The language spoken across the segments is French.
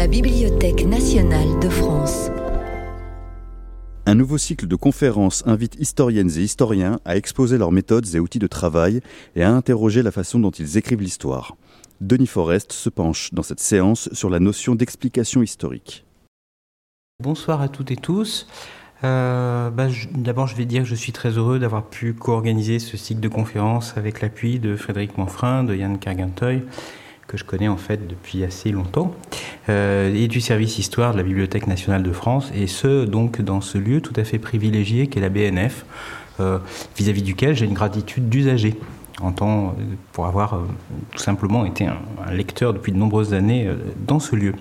la Bibliothèque nationale de France. Un nouveau cycle de conférences invite historiennes et historiens à exposer leurs méthodes et outils de travail et à interroger la façon dont ils écrivent l'histoire. Denis Forest se penche dans cette séance sur la notion d'explication historique. Bonsoir à toutes et tous. D'abord, je vais dire que je suis très heureux d'avoir pu co-organiser ce cycle de conférences avec l'appui de Frédéric Manfrin, de Yann Kergenteuil, que je connais en fait depuis assez longtemps, et du service histoire de la Bibliothèque nationale de France, et ce, donc, dans ce lieu tout à fait privilégié qu'est la BNF, vis-à-vis duquel j'ai une gratitude d'usager, pour avoir tout simplement été un lecteur depuis de nombreuses années dans ce lieu.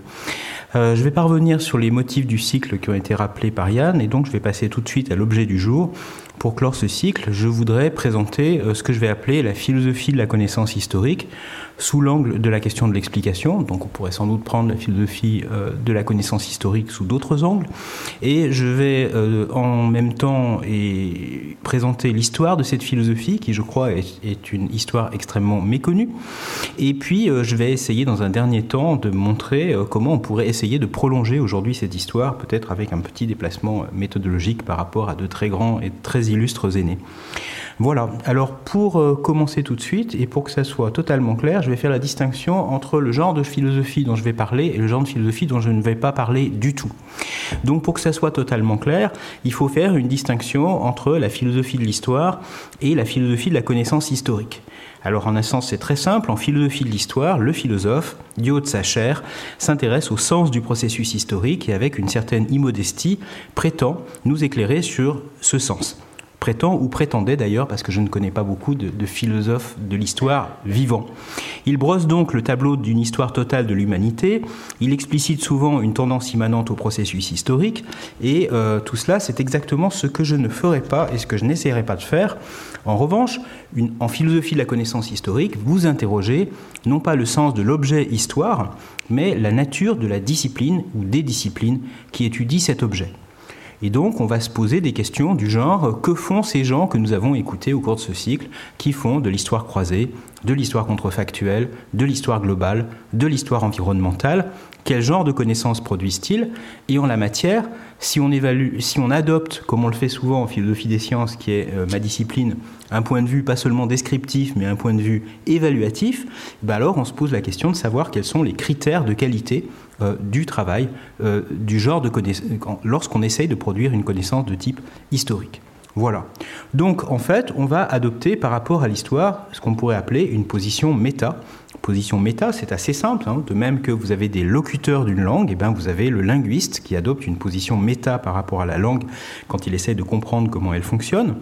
Je vais pas revenir sur les motifs du cycle qui ont été rappelés par Yann, et donc je vais passer tout de suite à l'objet du jour. Pour clore ce cycle, je voudrais présenter ce que je vais appeler la philosophie de la connaissance historique sous l'angle de la question de l'explication. Donc on pourrait sans doute prendre la philosophie de la connaissance historique sous d'autres angles. Et je vais en même temps présenter l'histoire de cette philosophie qui, je crois, est une histoire extrêmement méconnue. Et puis je vais essayer dans un dernier temps de montrer comment on pourrait essayer de prolonger aujourd'hui cette histoire, peut-être avec un petit déplacement méthodologique par rapport à de très grands et très illustres aînés. Voilà, alors pour commencer tout de suite, et pour que ça soit totalement clair, je vais faire la distinction entre le genre de philosophie dont je vais parler et le genre de philosophie dont je ne vais pas parler du tout. Donc pour que ça soit totalement clair, il faut faire une distinction entre la philosophie de l'histoire et la philosophie de la connaissance historique. Alors en un sens c'est très simple, en philosophie de l'histoire, le philosophe, du haut de sa chair, s'intéresse au sens du processus historique et avec une certaine immodestie prétend nous éclairer sur ce sens. Prétend ou prétendait d'ailleurs, parce que je ne connais pas beaucoup de philosophes de l'histoire vivants. Il brosse donc le tableau d'une histoire totale de l'humanité, il explicite souvent une tendance immanente au processus historique, et tout cela c'est exactement ce que je ne ferai pas et ce que je n'essaierai pas de faire. En revanche, en philosophie de la connaissance historique, vous interrogez non pas le sens de l'objet histoire, mais la nature de la discipline ou des disciplines qui étudient cet objet. Et donc, on va se poser des questions du genre « Que font ces gens que nous avons écoutés au cours de ce cycle, qui font de l'histoire croisée, de l'histoire contrefactuelle, de l'histoire globale, de l'histoire environnementale ? Quel genre de connaissances produisent-ils ? Et en la matière, si on adopte, comme on le fait souvent en philosophie des sciences, qui est ma discipline, un point de vue pas seulement descriptif, mais un point de vue évaluatif, alors on se pose la question de savoir quels sont les critères de qualité du travail, du genre de connaissance, lorsqu'on essaye de produire une connaissance de type historique. Voilà. Donc, en fait, on va adopter par rapport à l'histoire ce qu'on pourrait appeler une position méta. Position méta, c'est assez simple. De même que vous avez des locuteurs d'une langue, vous avez le linguiste qui adopte une position méta par rapport à la langue quand il essaie de comprendre comment elle fonctionne.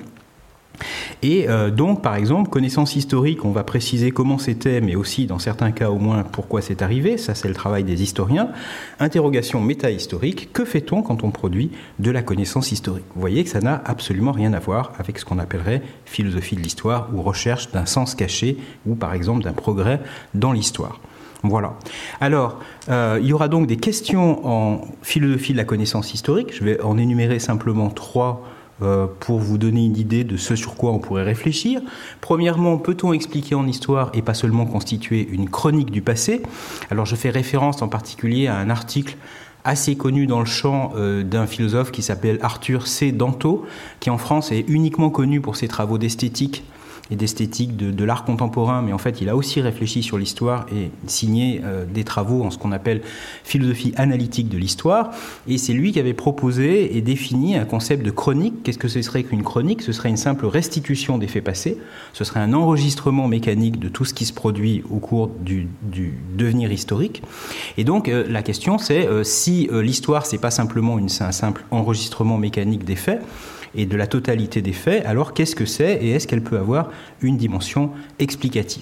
Et donc, par exemple, connaissance historique, on va préciser comment c'était, mais aussi, dans certains cas au moins, pourquoi c'est arrivé. Ça, c'est le travail des historiens. Interrogation métahistorique, que fait-on quand on produit de la connaissance historique ? Vous voyez que ça n'a absolument rien à voir avec ce qu'on appellerait philosophie de l'histoire ou recherche d'un sens caché ou, par exemple, d'un progrès dans l'histoire. Voilà. Alors, il y aura donc des questions en philosophie de la connaissance historique. Je vais en énumérer simplement 3 pour vous donner une idée de ce sur quoi on pourrait réfléchir. Premièrement, peut-on expliquer en histoire et pas seulement constituer une chronique du passé ? Alors je fais référence en particulier à un article assez connu dans le champ d'un philosophe qui s'appelle Arthur C. Danto, qui en France est uniquement connu pour ses travaux d'esthétique et d'esthétique de l'art contemporain, mais en fait il a aussi réfléchi sur l'histoire et signé des travaux en ce qu'on appelle philosophie analytique de l'histoire, et c'est lui qui avait proposé et défini un concept de chronique. Qu'est-ce que ce serait qu'une chronique ? Ce serait une simple restitution des faits passés, ce serait un enregistrement mécanique de tout ce qui se produit au cours du devenir historique, et donc la question c'est si l'histoire c'est pas simplement un simple enregistrement mécanique des faits, et de la totalité des faits, alors qu'est-ce que c'est et est-ce qu'elle peut avoir une dimension explicative ?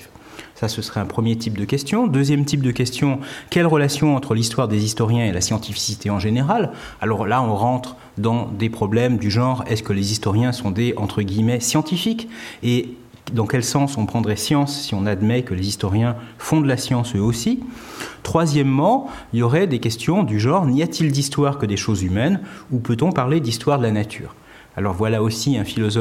Ça, ce serait un premier type de question. Deuxième type de question, quelle relation entre l'histoire des historiens et la scientificité en général ? Alors là, on rentre dans des problèmes du genre, est-ce que les historiens sont des, entre guillemets, scientifiques ? Et dans quel sens on prendrait science si on admet que les historiens font de la science eux aussi ? Troisièmement, il y aurait des questions du genre, n'y a-t-il d'histoire que des choses humaines ? Ou peut-on parler d'histoire de la nature ? Alors voilà aussi un philosophe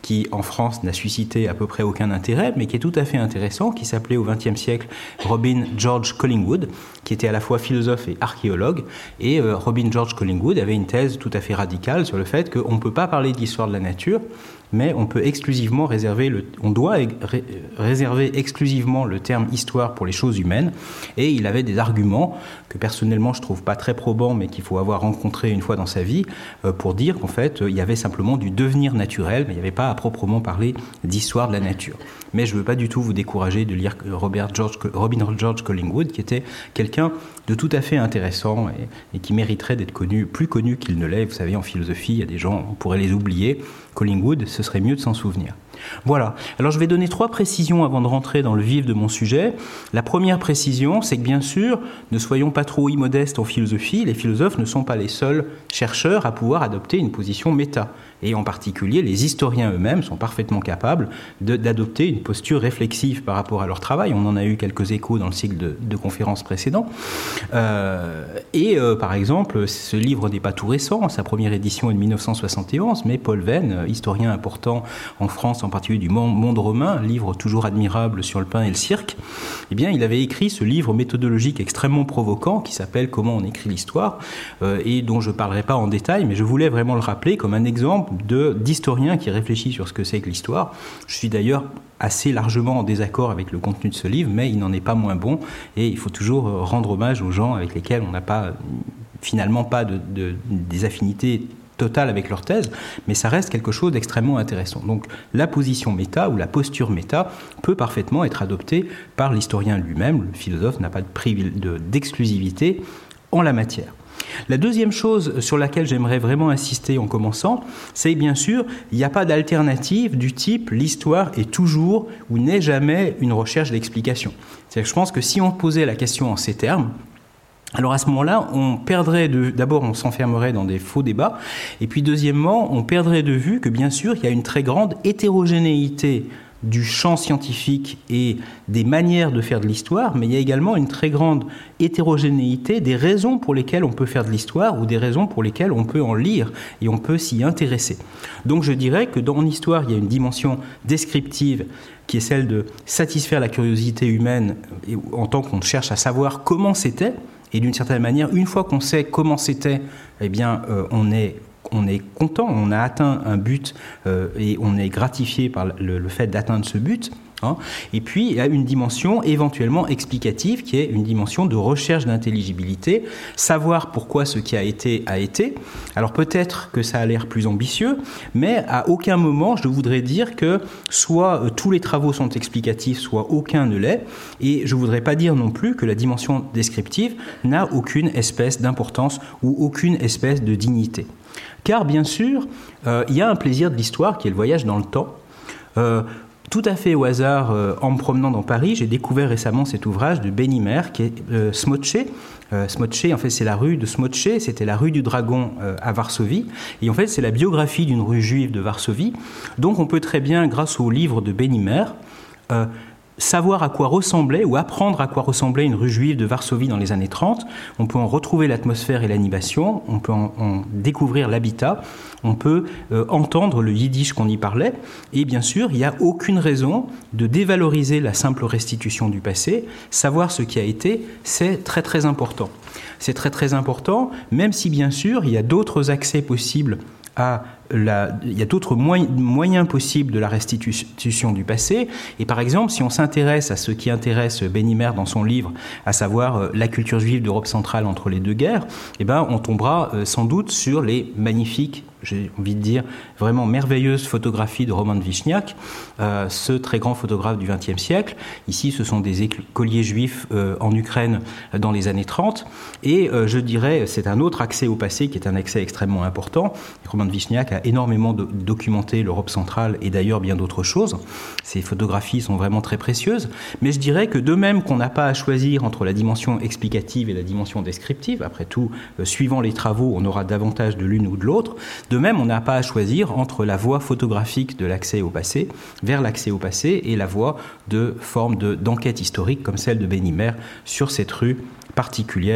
qui en France n'a suscité à peu près aucun intérêt, mais qui est tout à fait intéressant, qui s'appelait au XXe siècle Robin George Collingwood, qui était à la fois philosophe et archéologue. Et Robin George Collingwood avait une thèse tout à fait radicale sur le fait qu'on ne peut pas parler d'histoire de la nature, mais on peut exclusivement on doit réserver exclusivement le terme histoire pour les choses humaines. Et il avait des arguments que personnellement je trouve pas très probants, mais qu'il faut avoir rencontré une fois dans sa vie, pour dire qu'en fait il y avait simplement du devenir naturel, mais il n'y avait pas à proprement parler d'histoire de la nature. Mais je ne veux pas du tout vous décourager de lire Robin George Collingwood, qui était quelqu'un de tout à fait intéressant et qui mériterait d'être plus connu qu'il ne l'est. Vous savez, en philosophie, il y a des gens, on pourrait les oublier. Collingwood, ce serait mieux de s'en souvenir. Voilà. Alors je vais donner 3 précisions avant de rentrer dans le vif de mon sujet. La première précision, c'est que bien sûr, ne soyons pas trop immodestes en philosophie, les philosophes ne sont pas les seuls chercheurs à pouvoir adopter une position méta. Et en particulier, les historiens eux-mêmes sont parfaitement capables d'adopter une posture réflexive par rapport à leur travail. On en a eu quelques échos dans le cycle de conférences précédents. Par exemple, ce livre n'est pas tout récent, sa première édition est de 1971, mais Paul Venn, historien important en France, en particulier du monde romain, livre toujours admirable sur le pain et le cirque, eh bien, il avait écrit ce livre méthodologique extrêmement provoquant qui s'appelle « Comment on écrit l'histoire » et dont je ne parlerai pas en détail, mais je voulais vraiment le rappeler comme un exemple d'historien qui réfléchit sur ce que c'est que l'histoire. Je suis d'ailleurs assez largement en désaccord avec le contenu de ce livre, mais il n'en est pas moins bon et il faut toujours rendre hommage aux gens avec lesquels on n'a pas, finalement pas des affinités totale avec leur thèse, mais ça reste quelque chose d'extrêmement intéressant. Donc la position méta ou la posture méta peut parfaitement être adoptée par l'historien lui-même. Le philosophe n'a pas d'exclusivité en la matière. La deuxième chose sur laquelle j'aimerais vraiment insister en commençant, c'est bien sûr, il n'y a pas d'alternative du type l'histoire est toujours ou n'est jamais une recherche d'explication. C'est-à-dire que je pense que si on posait la question en ces termes, alors à ce moment-là, on perdrait d'abord, on s'enfermerait dans des faux débats, et puis deuxièmement, on perdrait de vue que bien sûr, il y a une très grande hétérogénéité du champ scientifique et des manières de faire de l'histoire, mais il y a également une très grande hétérogénéité des raisons pour lesquelles on peut faire de l'histoire ou des raisons pour lesquelles on peut en lire et on peut s'y intéresser. Donc je dirais que dans l'histoire, il y a une dimension descriptive qui est celle de satisfaire la curiosité humaine en tant qu'on cherche à savoir comment c'était. Et d'une certaine manière, une fois qu'on sait comment c'était, eh bien, on est content, on a atteint un but et on est gratifié par le fait d'atteindre ce but. Hein. Et puis, il y a une dimension éventuellement explicative qui est une dimension de recherche d'intelligibilité, savoir pourquoi ce qui a été a été. Alors peut-être que ça a l'air plus ambitieux, mais à aucun moment je voudrais dire que soit tous les travaux sont explicatifs, soit aucun ne l'est. Et je ne voudrais pas dire non plus que la dimension descriptive n'a aucune espèce d'importance ou aucune espèce de dignité. Car bien sûr, il y a un plaisir de l'histoire qui est le voyage dans le temps. Tout à fait au hasard, en me promenant dans Paris, j'ai découvert récemment cet ouvrage de Bennimer qui est Smocce. Smocce, en fait, c'est la rue de Smocce, c'était la rue du Dragon à Varsovie. Et en fait, c'est la biographie d'une rue juive de Varsovie. Donc, on peut très bien, grâce au livre de Bennimer, savoir à quoi ressemblait ou apprendre à quoi ressemblait une rue juive de Varsovie dans les années 30. On peut en retrouver l'atmosphère et l'animation, on peut en découvrir l'habitat, on peut entendre le yiddish qu'on y parlait. Et bien sûr, il n'y a aucune raison de dévaloriser la simple restitution du passé. Savoir ce qui a été, c'est très très important. C'est très très important, même si bien sûr, il y a d'autres accès possibles il y a d'autres moyens possibles de la restitution du passé. Et par exemple, si on s'intéresse à ce qui intéresse Bennimer dans son livre, à savoir la culture juive d'Europe centrale entre les deux guerres, eh ben, on tombera sans doute sur les magnifiques, j'ai envie de dire, vraiment merveilleuses photographies de Roman Vishniak, ce très grand photographe du XXe siècle. Ici, ce sont des écoliers juifs en Ukraine dans les années 30. Et je dirais, c'est un autre accès au passé qui est un accès extrêmement important. Roman Vishniak a énormément documenté l'Europe centrale et d'ailleurs bien d'autres choses. Ces photographies sont vraiment très précieuses. Mais je dirais que de même qu'on n'a pas à choisir entre la dimension explicative et la dimension descriptive, après tout, suivant les travaux, on aura davantage de l'une ou de l'autre. De même, on n'a pas à choisir entre la voie photographique de l'accès au passé, vers l'accès au passé, et la voie de forme d'enquête historique comme celle de Bennimer sur cette rue particulière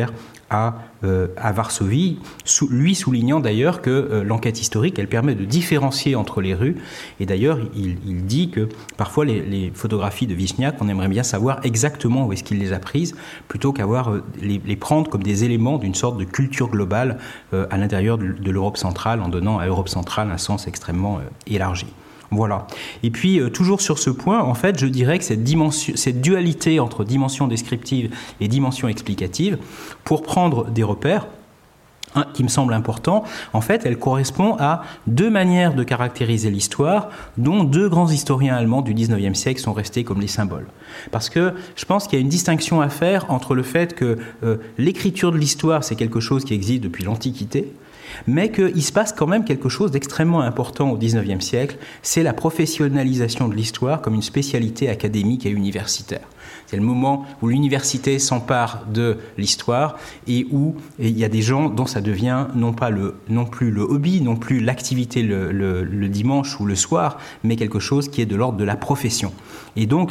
à Varsovie, lui soulignant d'ailleurs que l'enquête historique, elle permet de différencier entre les rues. Et d'ailleurs, il dit que parfois les photographies de Vichniac, on aimerait bien savoir exactement où est-ce qu'il les a prises, plutôt qu'avoir les prendre comme des éléments d'une sorte de culture globale à l'intérieur de l'Europe centrale, en donnant à l'Europe centrale un sens extrêmement élargi. Voilà. Et puis, toujours sur ce point, en fait, je dirais que cette dualité entre dimension descriptive et dimension explicative, pour prendre des repères, qui me semble important, en fait, elle correspond à deux manières de caractériser l'histoire, dont deux grands historiens allemands du XIXe siècle sont restés comme les symboles. Parce que je pense qu'il y a une distinction à faire entre le fait que l'écriture de l'histoire, c'est quelque chose qui existe depuis l'Antiquité, mais qu'il se passe quand même quelque chose d'extrêmement important au XIXe siècle, c'est la professionnalisation de l'histoire comme une spécialité académique et universitaire. C'est le moment où l'université s'empare de l'histoire et où il y a des gens dont ça devient non plus le hobby, non plus l'activité le dimanche ou le soir, mais quelque chose qui est de l'ordre de la profession. Et donc,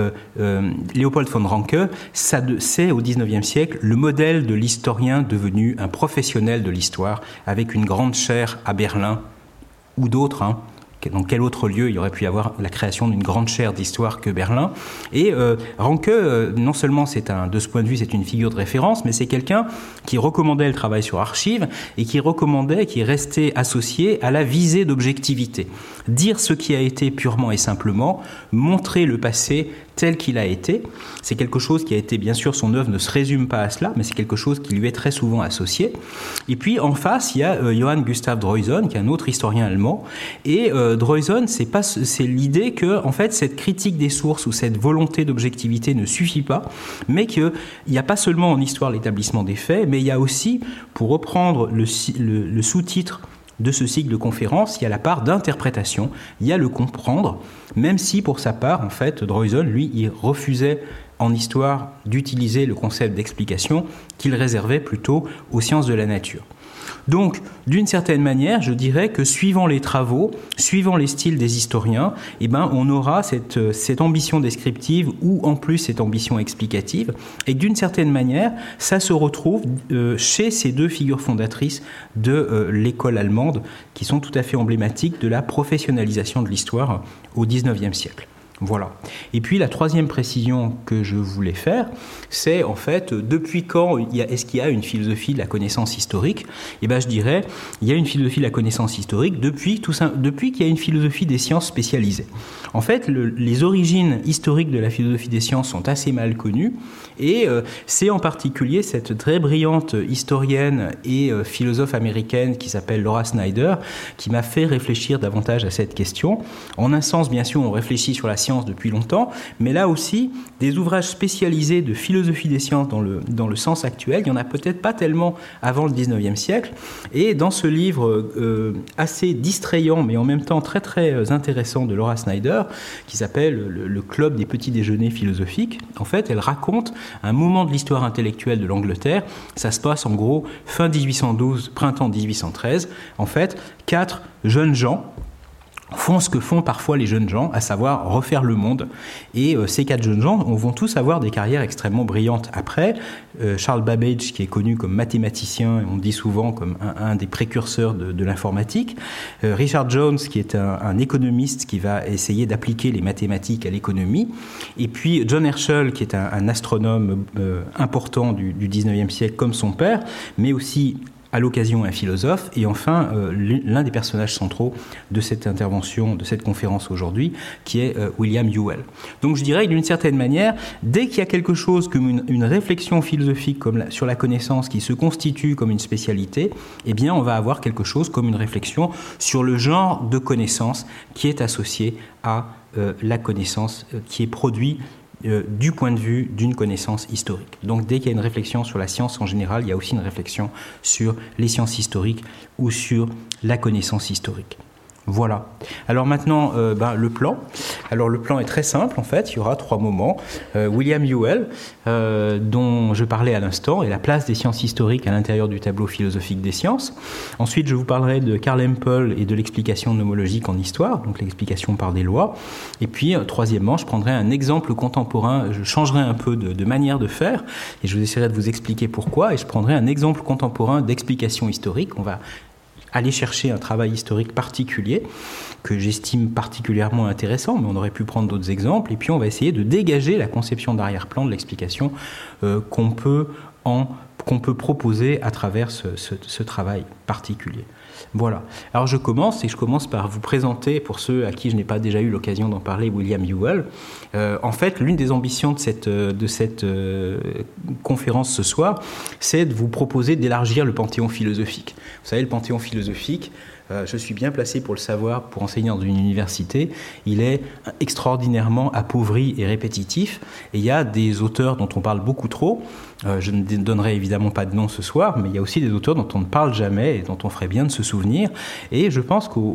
Léopold von Ranke, c'est au XIXe siècle le modèle de l'historien devenu un professionnel de l'histoire, avec une grande chaire à Berlin ou d'autres, dans quel autre lieu il y aurait pu y avoir la création d'une grande chaire d'histoire que Berlin. Et Ranke, non seulement de ce point de vue, c'est une figure de référence, mais c'est quelqu'un qui recommandait le travail sur archives et qui restait associé à la visée d'objectivité. Dire ce qui a été purement et simplement, montrer le passé tel qu'il a été, c'est quelque chose qui a été, bien sûr, son œuvre ne se résume pas à cela, mais c'est quelque chose qui lui est très souvent associé. Et puis, en face, il y a Johann Gustav Droysen, qui est un autre historien allemand, et Droysen, c'est l'idée que, en fait, cette critique des sources ou cette volonté d'objectivité ne suffit pas, mais qu'il n'y a pas seulement en histoire l'établissement des faits, mais il y a aussi, pour reprendre le sous-titre de ce cycle de conférences, il y a la part d'interprétation, il y a le comprendre, même si pour sa part, en fait, Droysen, lui, il refusait en histoire d'utiliser le concept d'explication qu'il réservait plutôt aux sciences de la nature. Donc, d'une certaine manière, je dirais que suivant les travaux, suivant les styles des historiens, on aura cette ambition descriptive ou en plus cette ambition explicative. Et d'une certaine manière, ça se retrouve chez ces deux figures fondatrices de l'école allemande qui sont tout à fait emblématiques de la professionnalisation de l'histoire au XIXe siècle. Voilà. Et puis la troisième précision que je voulais faire, c'est en fait depuis quand est-ce qu'il y a une philosophie de la connaissance historique ? Je dirais il y a une philosophie de la connaissance historique depuis qu'il y a une philosophie des sciences spécialisées. En fait, les origines historiques de la philosophie des sciences sont assez mal connues et c'est en particulier cette très brillante historienne et philosophe américaine qui s'appelle Laura Snyder qui m'a fait réfléchir davantage à cette question. En un sens, bien sûr, on réfléchit sur la science depuis longtemps, mais là aussi, des ouvrages spécialisés de philosophie des sciences dans le sens actuel, il n'y en a peut-être pas tellement avant le 19e siècle. Et dans ce livre assez distrayant, mais en même temps très très intéressant de Laura Snyder, qui s'appelle le Club des petits déjeuners philosophiques, en fait, elle raconte un moment de l'histoire intellectuelle de l'Angleterre. Ça se passe en gros fin 1812, printemps 1813. En fait, 4 jeunes gens font ce que font parfois les jeunes gens, à savoir refaire le monde. Et ces 4 jeunes gens vont tous avoir des carrières extrêmement brillantes après. Charles Babbage, qui est connu comme mathématicien, et on dit souvent comme un des précurseurs de l'informatique. Richard Jones, qui est un économiste qui va essayer d'appliquer les mathématiques à l'économie. Et puis John Herschel, qui est un astronome important du 19e siècle, comme son père, mais aussi à l'occasion un philosophe, et enfin l'un des personnages centraux de cette intervention, de cette conférence aujourd'hui, qui est William Whewell. Donc je dirais que d'une certaine manière, dès qu'il y a quelque chose comme une réflexion philosophique sur la connaissance qui se constitue comme une spécialité, eh bien on va avoir quelque chose comme une réflexion sur le genre de connaissance qui est associé à la connaissance qui est produite du point de vue d'une connaissance historique. Donc dès qu'il y a une réflexion sur la science en général, il y a aussi une réflexion sur les sciences historiques ou sur la connaissance historique. Voilà. Alors maintenant, le plan. Alors le plan est très simple en fait, il y aura 3 moments. William Whewell, dont je parlais à l'instant, et la place des sciences historiques à l'intérieur du tableau philosophique des sciences. Ensuite, je vous parlerai de Carl Hempel et de l'explication nomologique en histoire, donc l'explication par des lois. Et puis, troisièmement, je prendrai un exemple contemporain, je changerai un peu de manière de faire, et je vous essaierai de vous expliquer pourquoi, et je prendrai un exemple contemporain d'explication historique. On va aller chercher un travail historique particulier que j'estime particulièrement intéressant, mais on aurait pu prendre d'autres exemples, et puis on va essayer de dégager la conception d'arrière-plan de l'explication qu'on peut proposer à travers ce travail particulier. Voilà. Alors je commence par vous présenter, pour ceux à qui je n'ai pas déjà eu l'occasion d'en parler, William Whewell. En fait, l'une des ambitions de cette conférence ce soir, c'est de vous proposer d'élargir le panthéon philosophique. Vous savez, le panthéon philosophique, je suis bien placé pour le savoir, pour enseigner dans une université, il est extraordinairement appauvri et répétitif, et il y a des auteurs dont on parle beaucoup trop. Je ne donnerai évidemment pas de nom ce soir, mais il y a aussi des auteurs dont on ne parle jamais et dont on ferait bien de se souvenir. Et je pense que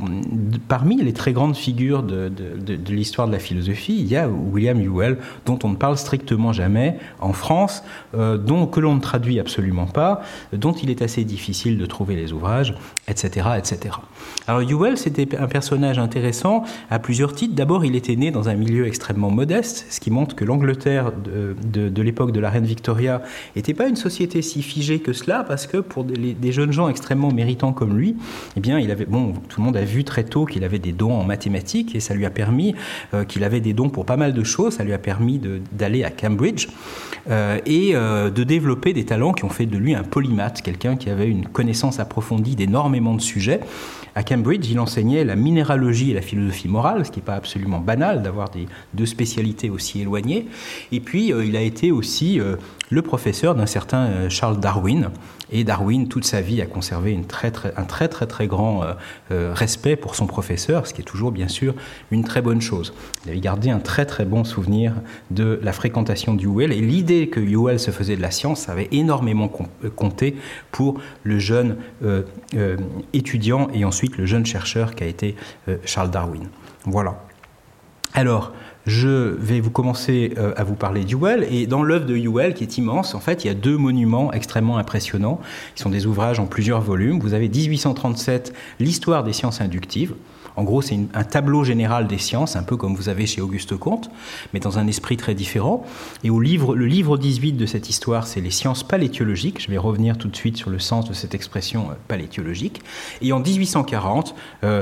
parmi les très grandes figures de l'histoire de la philosophie, il y a William Whewell, dont on ne parle strictement jamais en France, que l'on ne traduit absolument pas, dont il est assez difficile de trouver les ouvrages, etc., etc. Alors Whewell, c'était un personnage intéressant à plusieurs titres. D'abord, il était né dans un milieu extrêmement modeste, ce qui montre que l'Angleterre de l'époque de la reine Victoria n'était pas une société si figée que cela, parce que pour des jeunes gens extrêmement méritants comme lui, eh bien, tout le monde a vu très tôt qu'il avait des dons en mathématiques, et ça lui a permis, qu'il avait des dons pour pas mal de choses, ça lui a permis d'aller à Cambridge et de développer des talents qui ont fait de lui un polymathe, quelqu'un qui avait une connaissance approfondie d'énormément de sujets. À Cambridge, il enseignait la minéralogie et la philosophie morale, ce qui n'est pas absolument banal d'avoir deux spécialités aussi éloignées. Et puis, il a été aussi le professeur d'un certain Charles Darwin. Et Darwin, toute sa vie, a conservé un très très très grand respect pour son professeur, ce qui est toujours bien sûr une très bonne chose. Il avait gardé un très très bon souvenir de la fréquentation de Whewell, et l'idée que Whewell se faisait de la science avait énormément compté pour le jeune étudiant et ensuite le jeune chercheur qu'a été Charles Darwin. Voilà. Alors, je vais vous commencer à vous parler de Whewell, et dans l'œuvre de Whewell, qui est immense, en fait, il y a 2 monuments extrêmement impressionnants, qui sont des ouvrages en plusieurs volumes. Vous avez 1837, l'histoire des sciences inductives. En gros, c'est un tableau général des sciences, un peu comme vous avez chez Auguste Comte, mais dans un esprit très différent. Et le livre 18 de cette histoire, c'est les sciences palétiologiques. Je vais revenir tout de suite sur le sens de cette expression palétiologique. Et en 1840,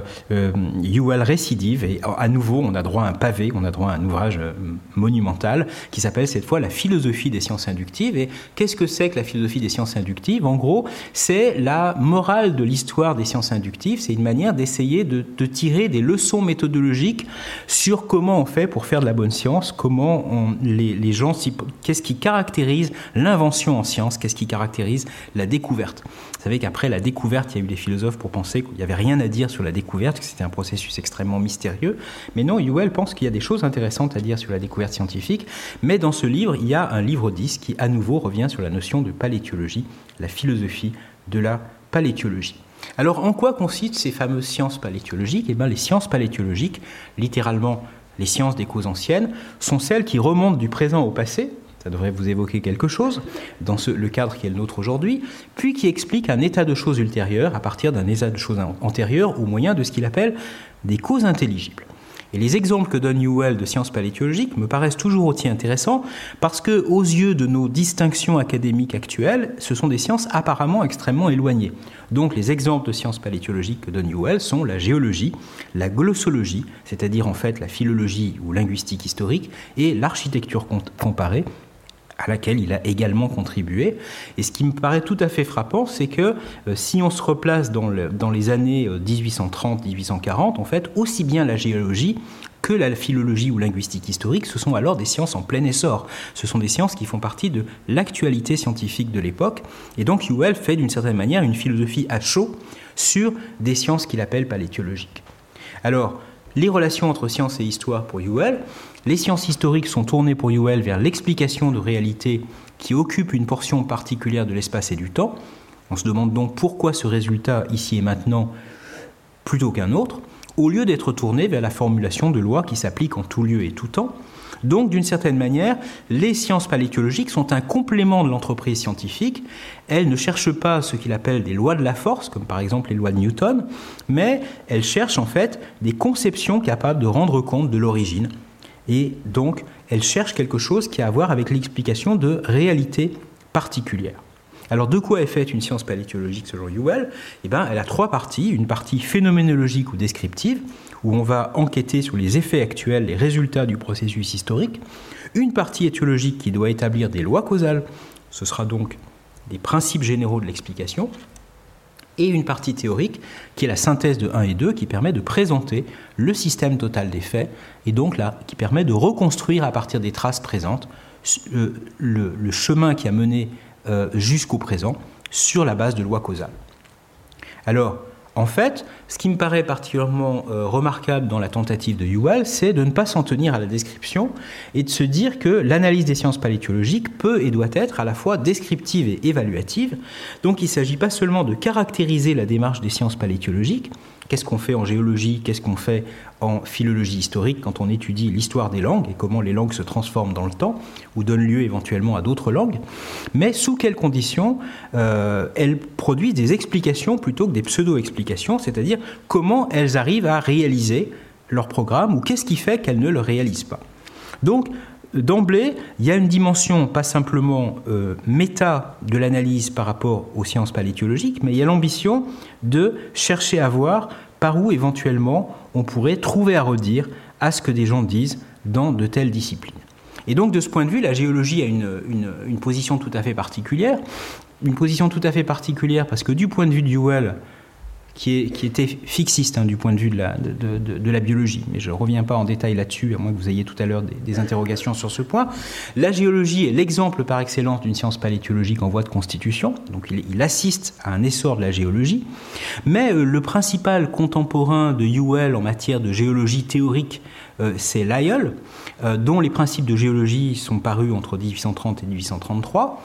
Whewell récidive, et à nouveau, on a droit à un pavé, on a droit à un ouvrage monumental qui s'appelle cette fois la philosophie des sciences inductives. Et qu'est-ce que c'est que la philosophie des sciences inductives ? En gros, c'est la morale de l'histoire des sciences inductives. C'est une manière d'essayer de tirer des leçons méthodologiques sur comment on fait pour faire de la bonne science, comment les gens, qu'est-ce qui caractérise l'invention en science, qu'est-ce qui caractérise la découverte. Vous savez qu'après la découverte, il y a eu des philosophes pour penser qu'il n'y avait rien à dire sur la découverte, que c'était un processus extrêmement mystérieux. Mais non, Whewell pense qu'il y a des choses intéressantes à dire sur la découverte scientifique. Mais dans ce livre, il y a un livre 10 qui, à nouveau, revient sur la notion de palétiologie, la philosophie de la palétiologie. Alors, en quoi consistent ces fameuses sciences palétiologiques ? Eh bien, les sciences palétiologiques, littéralement les sciences des causes anciennes, sont celles qui remontent du présent au passé. Ça devrait vous évoquer quelque chose dans le cadre qui est le nôtre aujourd'hui, puis qui expliquent un état de choses ultérieur à partir d'un état de choses antérieur au moyen de ce qu'il appelle des causes intelligibles. Et les exemples que donne Whewell de sciences palétiologiques me paraissent toujours aussi intéressants parce que, aux yeux de nos distinctions académiques actuelles, ce sont des sciences apparemment extrêmement éloignées. Donc les exemples de sciences palétiologiques que donne Whewell sont la géologie, la glossologie, c'est-à-dire en fait la philologie ou linguistique historique, et l'architecture comparée, à laquelle il a également contribué. Et ce qui me paraît tout à fait frappant, c'est que si on se replace dans les années 1830-1840, en fait, aussi bien la géologie que la philologie ou linguistique historique, ce sont alors des sciences en plein essor. Ce sont des sciences qui font partie de l'actualité scientifique de l'époque. Et donc Whewell fait d'une certaine manière une philosophie à chaud sur des sciences qu'il appelle palétiologiques. Alors, les relations entre science et histoire pour Whewell. Les sciences historiques sont tournées pour Whewell vers l'explication de réalités qui occupent une portion particulière de l'espace et du temps. On se demande donc pourquoi ce résultat, ici et maintenant, plutôt qu'un autre, au lieu d'être tourné vers la formulation de lois qui s'appliquent en tout lieu et tout temps. Donc, d'une certaine manière, les sciences palétiologiques sont un complément de l'entreprise scientifique. Elles ne cherchent pas ce qu'il appelle des lois de la force, comme par exemple les lois de Newton, mais elles cherchent en fait des conceptions capables de rendre compte de l'origine. Et donc, elles cherchent quelque chose qui a à voir avec l'explication de réalités particulières. Alors, de quoi est faite une science palétiologique selon Whewell ? Elle a 3 parties. Une partie phénoménologique ou descriptive, où on va enquêter sur les effets actuels, les résultats du processus historique. Une partie étiologique qui doit établir des lois causales. Ce sera donc des principes généraux de l'explication. Et une partie théorique qui est la synthèse de 1 et 2, qui permet de présenter le système total des faits, et donc là, qui permet de reconstruire à partir des traces présentes le chemin qui a mené jusqu'au présent sur la base de lois causales. Alors, en fait, ce qui me paraît particulièrement remarquable dans la tentative de Whewell, c'est de ne pas s'en tenir à la description et de se dire que l'analyse des sciences palétiologiques peut et doit être à la fois descriptive et évaluative. Donc il ne s'agit pas seulement de caractériser la démarche des sciences palétiologiques. Qu'est-ce qu'on fait en géologie, qu'est-ce qu'on fait en philologie historique quand on étudie l'histoire des langues et comment les langues se transforment dans le temps ou donnent lieu éventuellement à d'autres langues, mais sous quelles conditions elles produisent des explications plutôt que des pseudo-explications, c'est-à-dire comment elles arrivent à réaliser leur programme ou qu'est-ce qui fait qu'elles ne le réalisent pas. Donc, d'emblée, il y a une dimension pas simplement méta de l'analyse par rapport aux sciences palétiologiques, mais il y a l'ambition de chercher à voir par où éventuellement on pourrait trouver à redire à ce que des gens disent dans de telles disciplines. Et donc de ce point de vue, la géologie a une position tout à fait particulière. Une position tout à fait particulière parce que du point de vue de Whewell, qui était fixiste du point de vue de la biologie, mais je ne reviens pas en détail là-dessus, à moins que vous ayez tout à l'heure des interrogations sur ce point. La géologie est l'exemple par excellence d'une science palétiologique en voie de constitution, donc il assiste à un essor de la géologie, mais le principal contemporain de Whewell en matière de géologie théorique, c'est Lyell, dont les principes de géologie sont parus entre 1830 et 1833,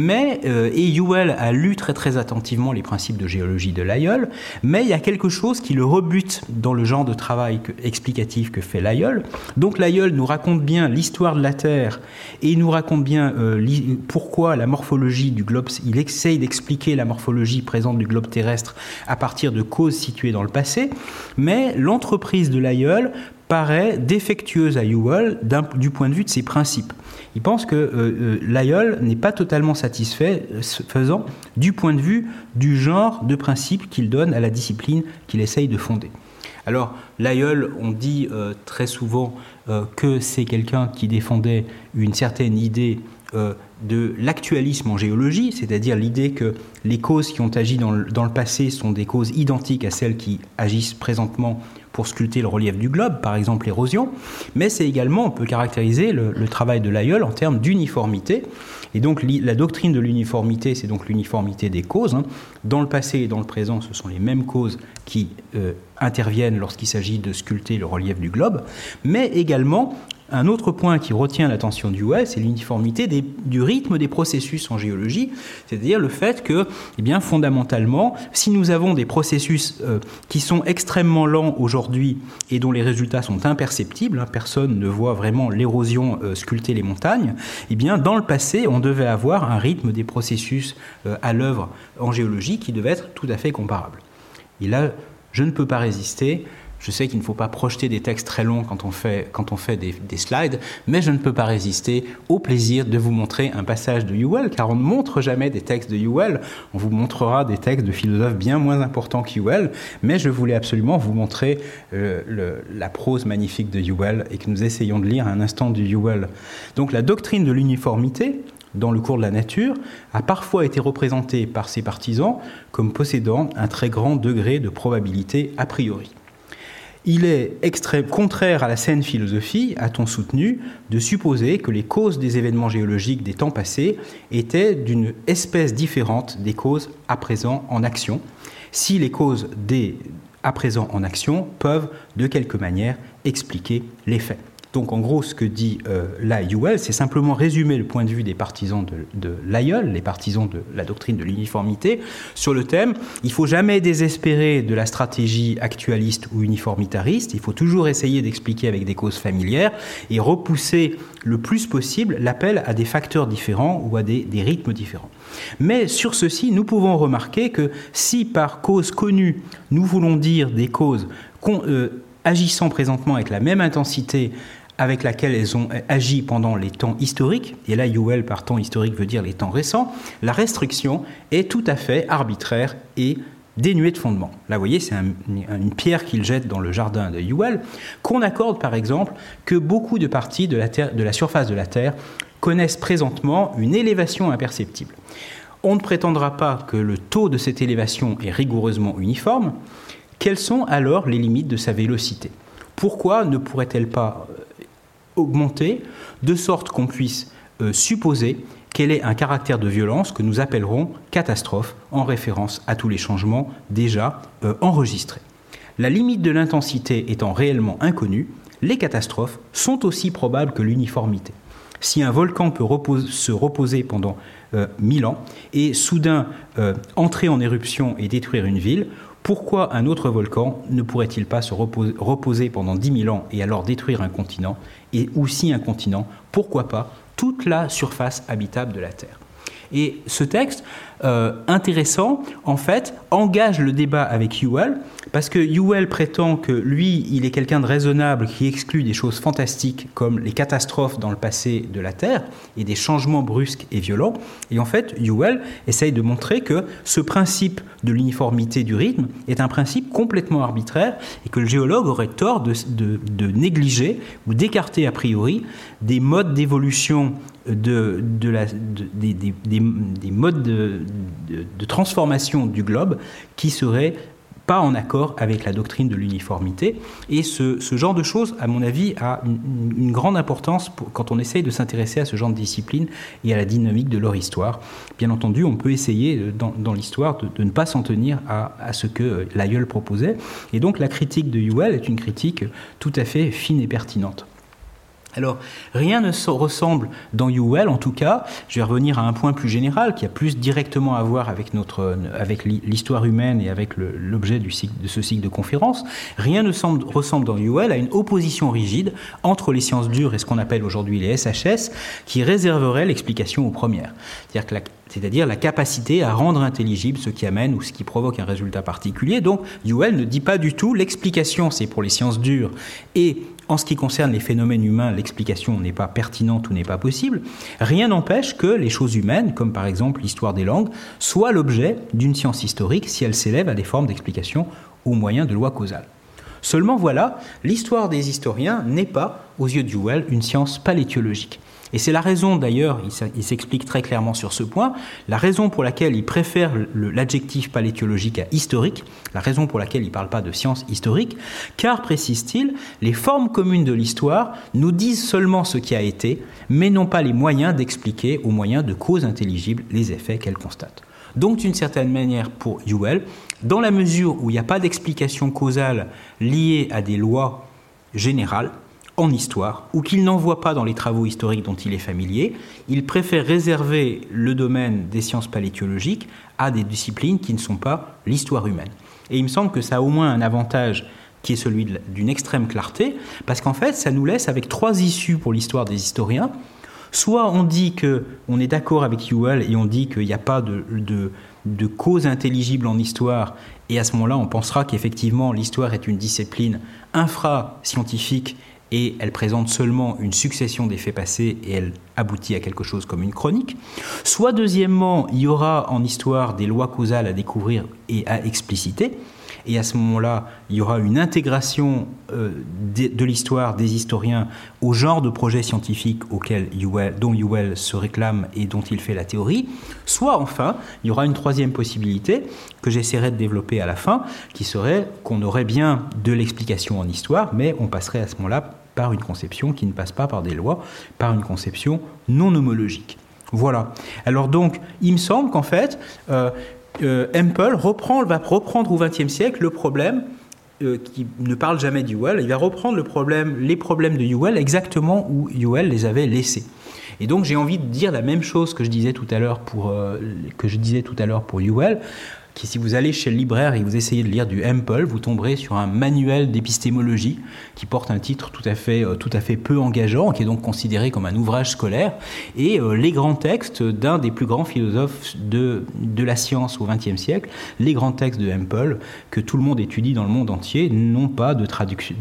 et Whewell a lu très très attentivement les principes de géologie de Lyell, mais il y a quelque chose qui le rebute dans le genre de travail explicatif que fait Lyell. Donc Lyell nous raconte bien l'histoire de la Terre et il nous raconte bien pourquoi la morphologie du globe, il essaye d'expliquer la morphologie présente du globe terrestre à partir de causes situées dans le passé, mais l'entreprise de Lyell paraît défectueuse à Whewell du point de vue de ses principes. Il pense que Lyell n'est pas totalement satisfaisant du point de vue du genre de principes qu'il donne à la discipline qu'il essaye de fonder. Alors, Lyell, on dit très souvent que c'est quelqu'un qui défendait une certaine idée de l'actualisme en géologie, c'est-à-dire l'idée que les causes qui ont agi dans le passé sont des causes identiques à celles qui agissent présentement pour sculpter le relief du globe, par exemple l'érosion, mais c'est également, on peut caractériser le travail de Lyell en termes d'uniformité. Et donc la doctrine de l'uniformité, c'est donc l'uniformité des causes. Dans le passé et dans le présent, ce sont les mêmes causes qui interviennent lorsqu'il s'agit de sculpter le relief du globe, mais également un autre point qui retient l'attention de Whewell, c'est l'uniformité du rythme des processus en géologie, c'est-à-dire le fait que, fondamentalement, si nous avons des processus qui sont extrêmement lents aujourd'hui et dont les résultats sont imperceptibles, personne ne voit vraiment l'érosion sculpter les montagnes, dans le passé, on devait avoir un rythme des processus à l'œuvre en géologie qui devait être tout à fait comparable. Et là, je ne peux pas résister. Je sais qu'il ne faut pas projeter des textes très longs quand on fait des slides, mais je ne peux pas résister au plaisir de vous montrer un passage de Whewell, car on ne montre jamais des textes de Whewell, on vous montrera des textes de philosophes bien moins importants que Whewell, mais je voulais absolument vous montrer la prose magnifique de Whewell et que nous essayons de lire un instant de Whewell. Donc la doctrine de l'uniformité, dans le cours de la nature, a parfois été représentée par ses partisans comme possédant un très grand degré de probabilité a priori. Il est contraire à la saine philosophie, a-t-on soutenu, de supposer que les causes des événements géologiques des temps passés étaient d'une espèce différente des causes à présent en action, si les causes à présent en action peuvent de quelque manière expliquer les faits. Donc en gros, ce que dit là Whewell, c'est simplement résumer le point de vue des partisans de Lyell, les partisans de la doctrine de l'uniformité, sur le thème « il ne faut jamais désespérer de la stratégie actualiste ou uniformitariste, il faut toujours essayer d'expliquer avec des causes familières et repousser le plus possible l'appel à des facteurs différents ou à des rythmes différents. » Mais sur ceci, nous pouvons remarquer que si par cause connue, nous voulons dire des causes agissant présentement avec la même intensité avec laquelle elles ont agi pendant les temps historiques, et là Whewell par temps historique veut dire les temps récents, la restriction est tout à fait arbitraire et dénuée de fondement. Là, vous voyez, c'est une pierre qu'il jette dans le jardin de Whewell, qu'on accorde par exemple que beaucoup de parties de la surface de la Terre connaissent présentement une élévation imperceptible. On ne prétendra pas que le taux de cette élévation est rigoureusement uniforme. Quelles sont alors les limites de sa vélocité ? Pourquoi ne pourrait-elle pas augmenter de sorte qu'on puisse supposer qu'elle ait un caractère de violence que nous appellerons catastrophe en référence à tous les changements déjà enregistrés. La limite de l'intensité étant réellement inconnue, les catastrophes sont aussi probables que l'uniformité. Si un volcan peut se reposer pendant 1000 ans et soudain entrer en éruption et détruire une ville, pourquoi un autre volcan ne pourrait-il pas se reposer pendant 10 000 ans et alors détruire un continent, et aussi un continent, pourquoi pas toute la surface habitable de la Terre ? Et ce texte, intéressant, en fait, engage le débat avec Whewell, parce que Whewell prétend que lui, il est quelqu'un de raisonnable qui exclut des choses fantastiques comme les catastrophes dans le passé de la Terre et des changements brusques et violents. Et en fait, Whewell essaye de montrer que ce principe de l'uniformité du rythme est un principe complètement arbitraire et que le géologue aurait tort de négliger ou d'écarter a priori des modes d'évolution des modes de transformation du globe qui seraient pas en accord avec la doctrine de l'uniformité. Et ce genre de choses, à mon avis, a une grande importance quand on essaye de s'intéresser à ce genre de discipline et à la dynamique de leur histoire. Bien entendu, on peut essayer dans l'histoire de ne pas s'en tenir à ce que Lyell proposait. Et donc la critique de Whewell est une critique tout à fait fine et pertinente. Alors, rien ne ressemble dans Whewell, en tout cas, je vais revenir à un point plus général qui a plus directement à voir avec l'histoire humaine et avec l'objet de ce cycle de conférences. Rien ne ressemble dans Whewell à une opposition rigide entre les sciences dures et ce qu'on appelle aujourd'hui les SHS, qui réserverait l'explication aux premières. C'est-à-dire la capacité à rendre intelligible ce qui amène ou ce qui provoque un résultat particulier. Donc, Whewell ne dit pas du tout l'explication, c'est pour les sciences dures et en ce qui concerne les phénomènes humains, l'explication n'est pas pertinente ou n'est pas possible. Rien n'empêche que les choses humaines, comme par exemple l'histoire des langues, soient l'objet d'une science historique si elle s'élève à des formes d'explication au moyen de lois causales. Seulement voilà, l'histoire des historiens n'est pas, aux yeux de Whewell, une science palétiologique. Et c'est la raison, d'ailleurs, il s'explique très clairement sur ce point, la raison pour laquelle il préfère l'adjectif palétiologique à historique, la raison pour laquelle il ne parle pas de science historique, car, précise-t-il, les formes communes de l'histoire nous disent seulement ce qui a été, mais n'ont pas les moyens d'expliquer, au moyen de causes intelligibles, les effets qu'elles constatent. Donc, d'une certaine manière, pour Whewell, dans la mesure où il n'y a pas d'explication causale liée à des lois générales, en histoire, ou qu'il n'en voit pas dans les travaux historiques dont il est familier, il préfère réserver le domaine des sciences palétiologiques à des disciplines qui ne sont pas l'histoire humaine. Et il me semble que ça a au moins un avantage qui est celui d'une extrême clarté, parce qu'en fait, ça nous laisse avec 3 issues pour l'histoire des historiens. Soit on dit qu'on est d'accord avec Whewell et on dit qu'il n'y a pas de cause intelligible en histoire, et à ce moment-là, on pensera qu'effectivement, l'histoire est une discipline infra-scientifique et elle présente seulement une succession des faits passés et elle aboutit à quelque chose comme une chronique. Soit deuxièmement, il y aura en histoire des lois causales à découvrir et à expliciter, et à ce moment-là, il y aura une intégration de l'histoire des historiens au genre de projet scientifique dont Whewell se réclame et dont il fait la théorie. Soit enfin, il y aura une troisième possibilité que j'essaierai de développer à la fin, qui serait qu'on aurait bien de l'explication en histoire, mais on passerait à ce moment-là par une conception qui ne passe pas par des lois, par une conception non homologique. Voilà. Alors donc, il me semble qu'en fait, Hempel va reprendre au XXe siècle le problème qui ne parle jamais de Whewell. Il va reprendre les problèmes de Whewell exactement où Whewell les avait laissés. Et donc j'ai envie de dire la même chose que je disais tout à l'heure pour Whewell, qui si vous allez chez le libraire et vous essayez de lire du Hempel, vous tomberez sur un manuel d'épistémologie qui porte un titre tout à fait peu engageant, qui est donc considéré comme un ouvrage scolaire, et les grands textes d'un des plus grands philosophes de la science au XXe siècle, les grands textes de Hempel, que tout le monde étudie dans le monde entier, n'ont pas de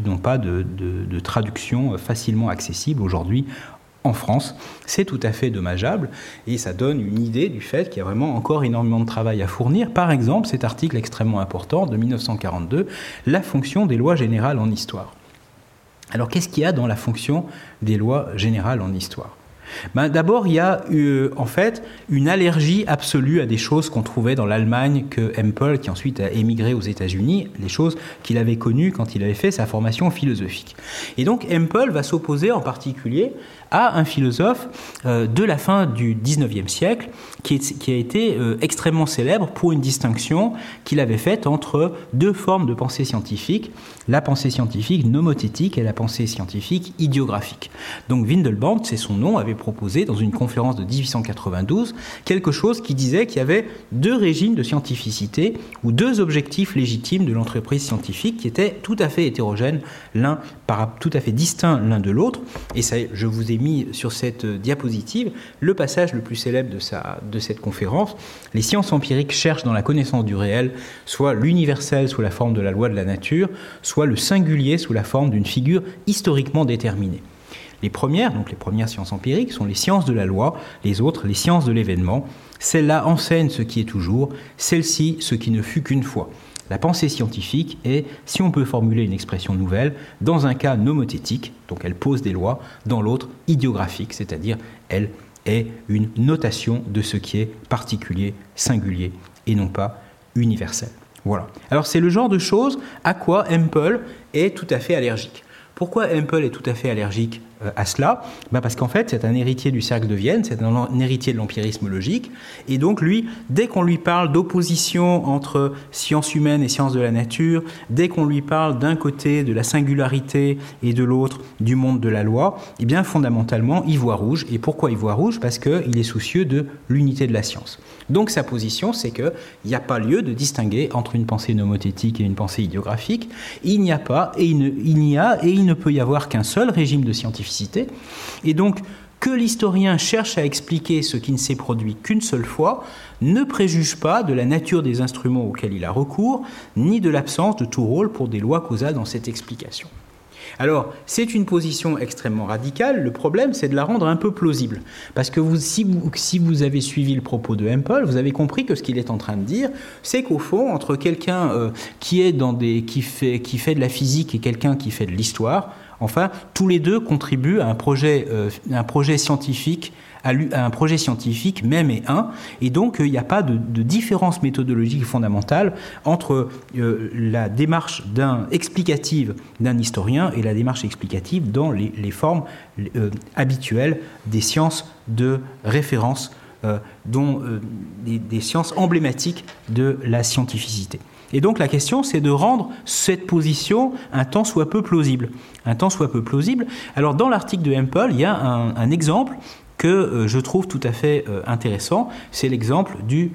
traduction facilement accessible aujourd'hui en France. C'est tout à fait dommageable et ça donne une idée du fait qu'il y a vraiment encore énormément de travail à fournir. Par exemple, cet article extrêmement important de 1942, la fonction des lois générales en histoire. Alors, qu'est-ce qu'il y a dans la fonction des lois générales en histoire ? D'abord, il y a en fait une allergie absolue à des choses qu'on trouvait dans l'Allemagne que Hempel, qui ensuite a émigré aux États-Unis, les choses qu'il avait connues quand il avait fait sa formation philosophique. Et donc Hempel va s'opposer en particulier à un philosophe de la fin du XIXe siècle qui a été extrêmement célèbre pour une distinction qu'il avait faite entre deux formes de pensée scientifique, la pensée scientifique nomothétique et la pensée scientifique idiographique. Donc Windelband, c'est son nom, avait proposé dans une conférence de 1892 quelque chose qui disait qu'il y avait deux régimes de scientificité ou deux objectifs légitimes de l'entreprise scientifique qui étaient tout à fait hétérogènes, tout à fait distincts l'un de l'autre. Et ça, je vous ai mis sur cette diapositive le passage le plus célèbre de cette conférence. Les sciences empiriques cherchent dans la connaissance du réel soit l'universel sous la forme de la loi de la nature, soit le singulier sous la forme d'une figure historiquement déterminée. Les premières sciences empiriques, sont les sciences de la loi, les autres, les sciences de l'événement. Celle-là enseigne ce qui est toujours, celle-ci, ce qui ne fut qu'une fois. La pensée scientifique est, si on peut formuler une expression nouvelle, dans un cas nomothétique, donc elle pose des lois, dans l'autre idiographique, c'est-à-dire elle est une notation de ce qui est particulier, singulier, et non pas universel. Voilà. Alors c'est le genre de choses à quoi Hempel est tout à fait allergique. Pourquoi Hempel est tout à fait allergique à cela ? Parce qu'en fait, c'est un héritier du cercle de Vienne, c'est un héritier de l'empirisme logique, et donc lui, dès qu'on lui parle d'opposition entre sciences humaines et sciences de la nature, dès qu'on lui parle d'un côté de la singularité et de l'autre du monde de la loi, eh bien fondamentalement, il voit rouge. Et pourquoi il voit rouge ? Parce qu'il est soucieux de l'unité de la science. Donc sa position, c'est qu'il n'y a pas lieu de distinguer entre une pensée nomothétique et une pensée idiographique. Il n'y a pas, et il ne peut y avoir qu'un seul régime de scientificité. Et donc, que l'historien cherche à expliquer ce qui ne s'est produit qu'une seule fois, ne préjuge pas de la nature des instruments auxquels il a recours, ni de l'absence de tout rôle pour des lois causales dans cette explication. Alors, c'est une position extrêmement radicale. Le problème, c'est de la rendre un peu plausible. Parce que si vous avez suivi le propos de Hempel, vous avez compris que ce qu'il est en train de dire, c'est qu'au fond, entre quelqu'un qui fait de la physique et quelqu'un qui fait de l'histoire, enfin, tous les deux contribuent à un projet scientifique, à un projet scientifique même et un, et donc il n'y a pas de différence méthodologique fondamentale entre la démarche explicative d'un historien et la démarche explicative dans les formes habituelles des sciences de référence, dont des sciences emblématiques de la scientificité. Et donc la question, c'est de rendre cette position un tant soit peu plausible. Alors dans l'article de Hempel, il y a un exemple que je trouve tout à fait intéressant. C'est l'exemple du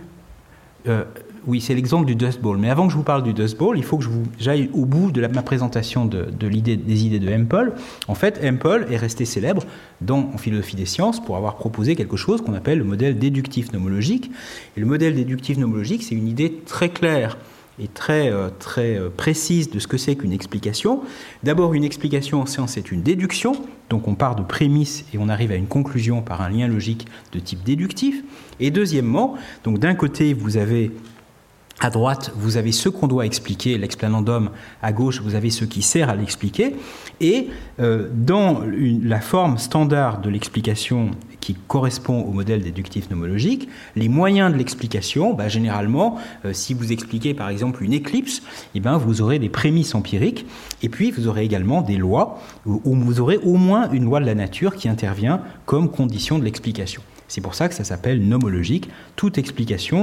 Dust Bowl. Mais avant que je vous parle du Dust Bowl, il faut que j'aille au bout de ma présentation des idées de Hempel. En fait, Hempel est resté célèbre en philosophie des sciences pour avoir proposé quelque chose qu'on appelle le modèle déductif nomologique. Et le modèle déductif nomologique, c'est une idée très claire et très précise de ce que c'est qu'une explication. D'abord, une explication en science, c'est une déduction. Donc on part de prémices et on arrive à une conclusion par un lien logique de type déductif. Et deuxièmement, donc d'un côté, vous avez à droite, vous avez ce qu'on doit expliquer, l'explanandum. À gauche, vous avez ce qui sert à l'expliquer. Et dans la forme standard de l'explication qui correspond au modèle déductif nomologique, les moyens de l'explication, généralement, si vous expliquez par exemple une éclipse, vous aurez des prémices empiriques, et puis vous aurez également des lois, où vous aurez au moins une loi de la nature qui intervient comme condition de l'explication. C'est pour ça que ça s'appelle nomologique. Toute explication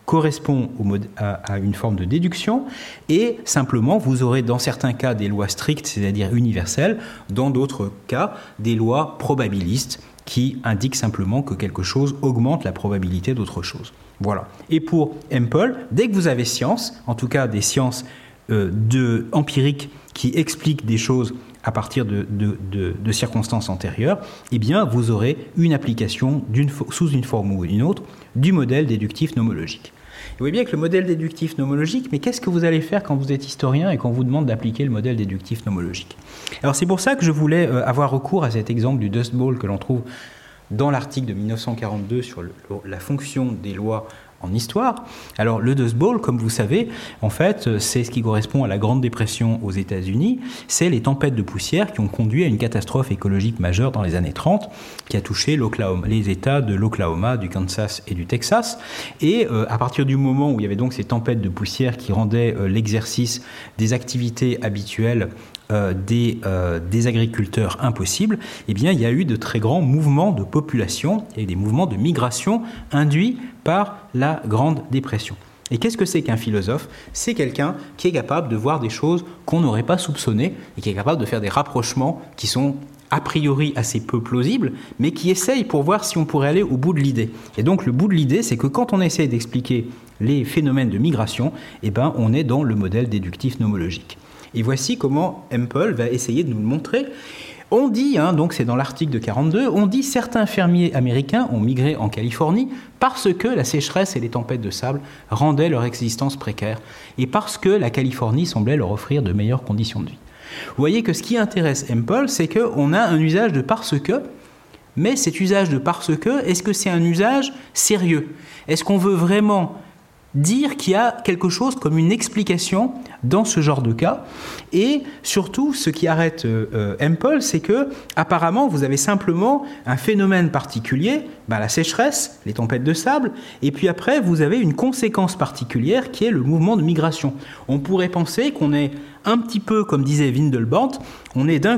correspond à une forme de déduction, et simplement vous aurez dans certains cas des lois strictes, c'est-à-dire universelles, dans d'autres cas des lois probabilistes qui indiquent simplement que quelque chose augmente la probabilité d'autre chose. Voilà. Et pour Hempel, dès que vous avez science, en tout cas des sciences empiriques qui expliquent des choses à partir de circonstances antérieures, eh bien, vous aurez une application sous une forme ou une autre du modèle déductif nomologique. Vous voyez bien que le modèle déductif nomologique, mais qu'est-ce que vous allez faire quand vous êtes historien et qu'on vous demande d'appliquer le modèle déductif nomologique ? Alors c'est pour ça que je voulais avoir recours à cet exemple du Dust Bowl que l'on trouve dans l'article de 1942 sur la fonction des lois en histoire. Alors le Dust Bowl, comme vous savez, en fait, c'est ce qui correspond à la Grande Dépression aux États-Unis. C'est les tempêtes de poussière qui ont conduit à une catastrophe écologique majeure dans les années 30, qui a touché les États de l'Oklahoma, du Kansas et du Texas. Et à partir du moment où il y avait donc ces tempêtes de poussière qui rendaient l'exercice des activités habituelles des agriculteurs impossibles, eh bien, il y a eu de très grands mouvements de population et des mouvements de migration induits par la Grande Dépression. Et qu'est-ce que c'est qu'un philosophe ? C'est quelqu'un qui est capable de voir des choses qu'on n'aurait pas soupçonnées et qui est capable de faire des rapprochements qui sont a priori assez peu plausibles, mais qui essaye pour voir si on pourrait aller au bout de l'idée. Et donc le bout de l'idée, c'est que quand on essaie d'expliquer les phénomènes de migration, eh ben, on est dans le modèle déductif nomologique. Et voici comment Hempel va essayer de nous le montrer. On dit, donc c'est dans l'article de 42, on dit certains fermiers américains ont migré en Californie parce que la sécheresse et les tempêtes de sable rendaient leur existence précaire et parce que la Californie semblait leur offrir de meilleures conditions de vie. Vous voyez que ce qui intéresse Hempel, c'est qu'on a un usage de parce que, mais cet usage de parce que, est-ce que c'est un usage sérieux ? Est-ce qu'on veut vraiment dire qu'il y a quelque chose comme une explication dans ce genre de cas. Et surtout, ce qui arrête Hempel, c'est que apparemment, vous avez simplement un phénomène particulier, la sécheresse, les tempêtes de sable, et puis après, vous avez une conséquence particulière qui est le mouvement de migration. On pourrait penser qu'on est un petit peu, comme disait Windelband, on est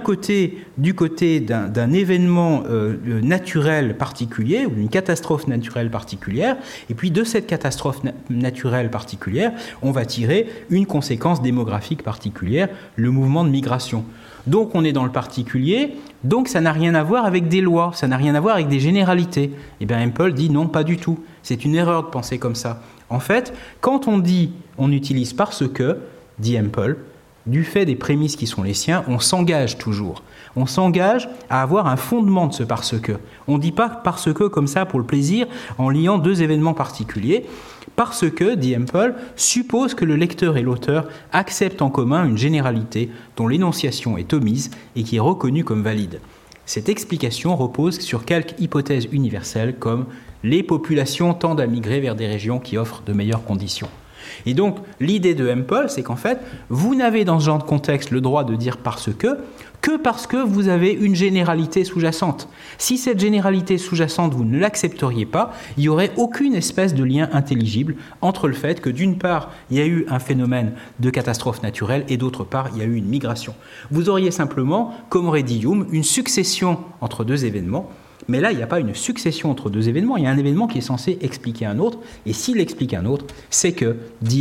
du côté d'un événement naturel particulier, ou d'une catastrophe naturelle particulière, et puis de cette catastrophe naturelle particulière, on va tirer une conséquence démographique particulière, le mouvement de migration. Donc on est dans le particulier, donc ça n'a rien à voir avec des lois, ça n'a rien à voir avec des généralités. Et bien Hempel dit non, pas du tout. C'est une erreur de penser comme ça. En fait, quand on utilise parce que, dit Hempel, du fait des prémices qui sont les siens, on s'engage toujours. On s'engage à avoir un fondement de ce parce que. On ne dit pas parce que comme ça pour le plaisir en liant deux événements particuliers. Parce que, dit Hempel, suppose que le lecteur et l'auteur acceptent en commun une généralité dont l'énonciation est omise et qui est reconnue comme valide. Cette explication repose sur quelques hypothèses universelles comme les populations tendent à migrer vers des régions qui offrent de meilleures conditions. Et donc, l'idée de Hempel, c'est qu'en fait, vous n'avez dans ce genre de contexte le droit de dire parce que parce que vous avez une généralité sous-jacente. Si cette généralité sous-jacente, vous ne l'accepteriez pas, il n'y aurait aucune espèce de lien intelligible entre le fait que d'une part, il y a eu un phénomène de catastrophe naturelle et d'autre part, il y a eu une migration. Vous auriez simplement, comme aurait dit Hume, une succession entre deux événements. Mais là, il n'y a pas une succession entre deux événements, il y a un événement qui est censé expliquer un autre, et s'il explique un autre, c'est que,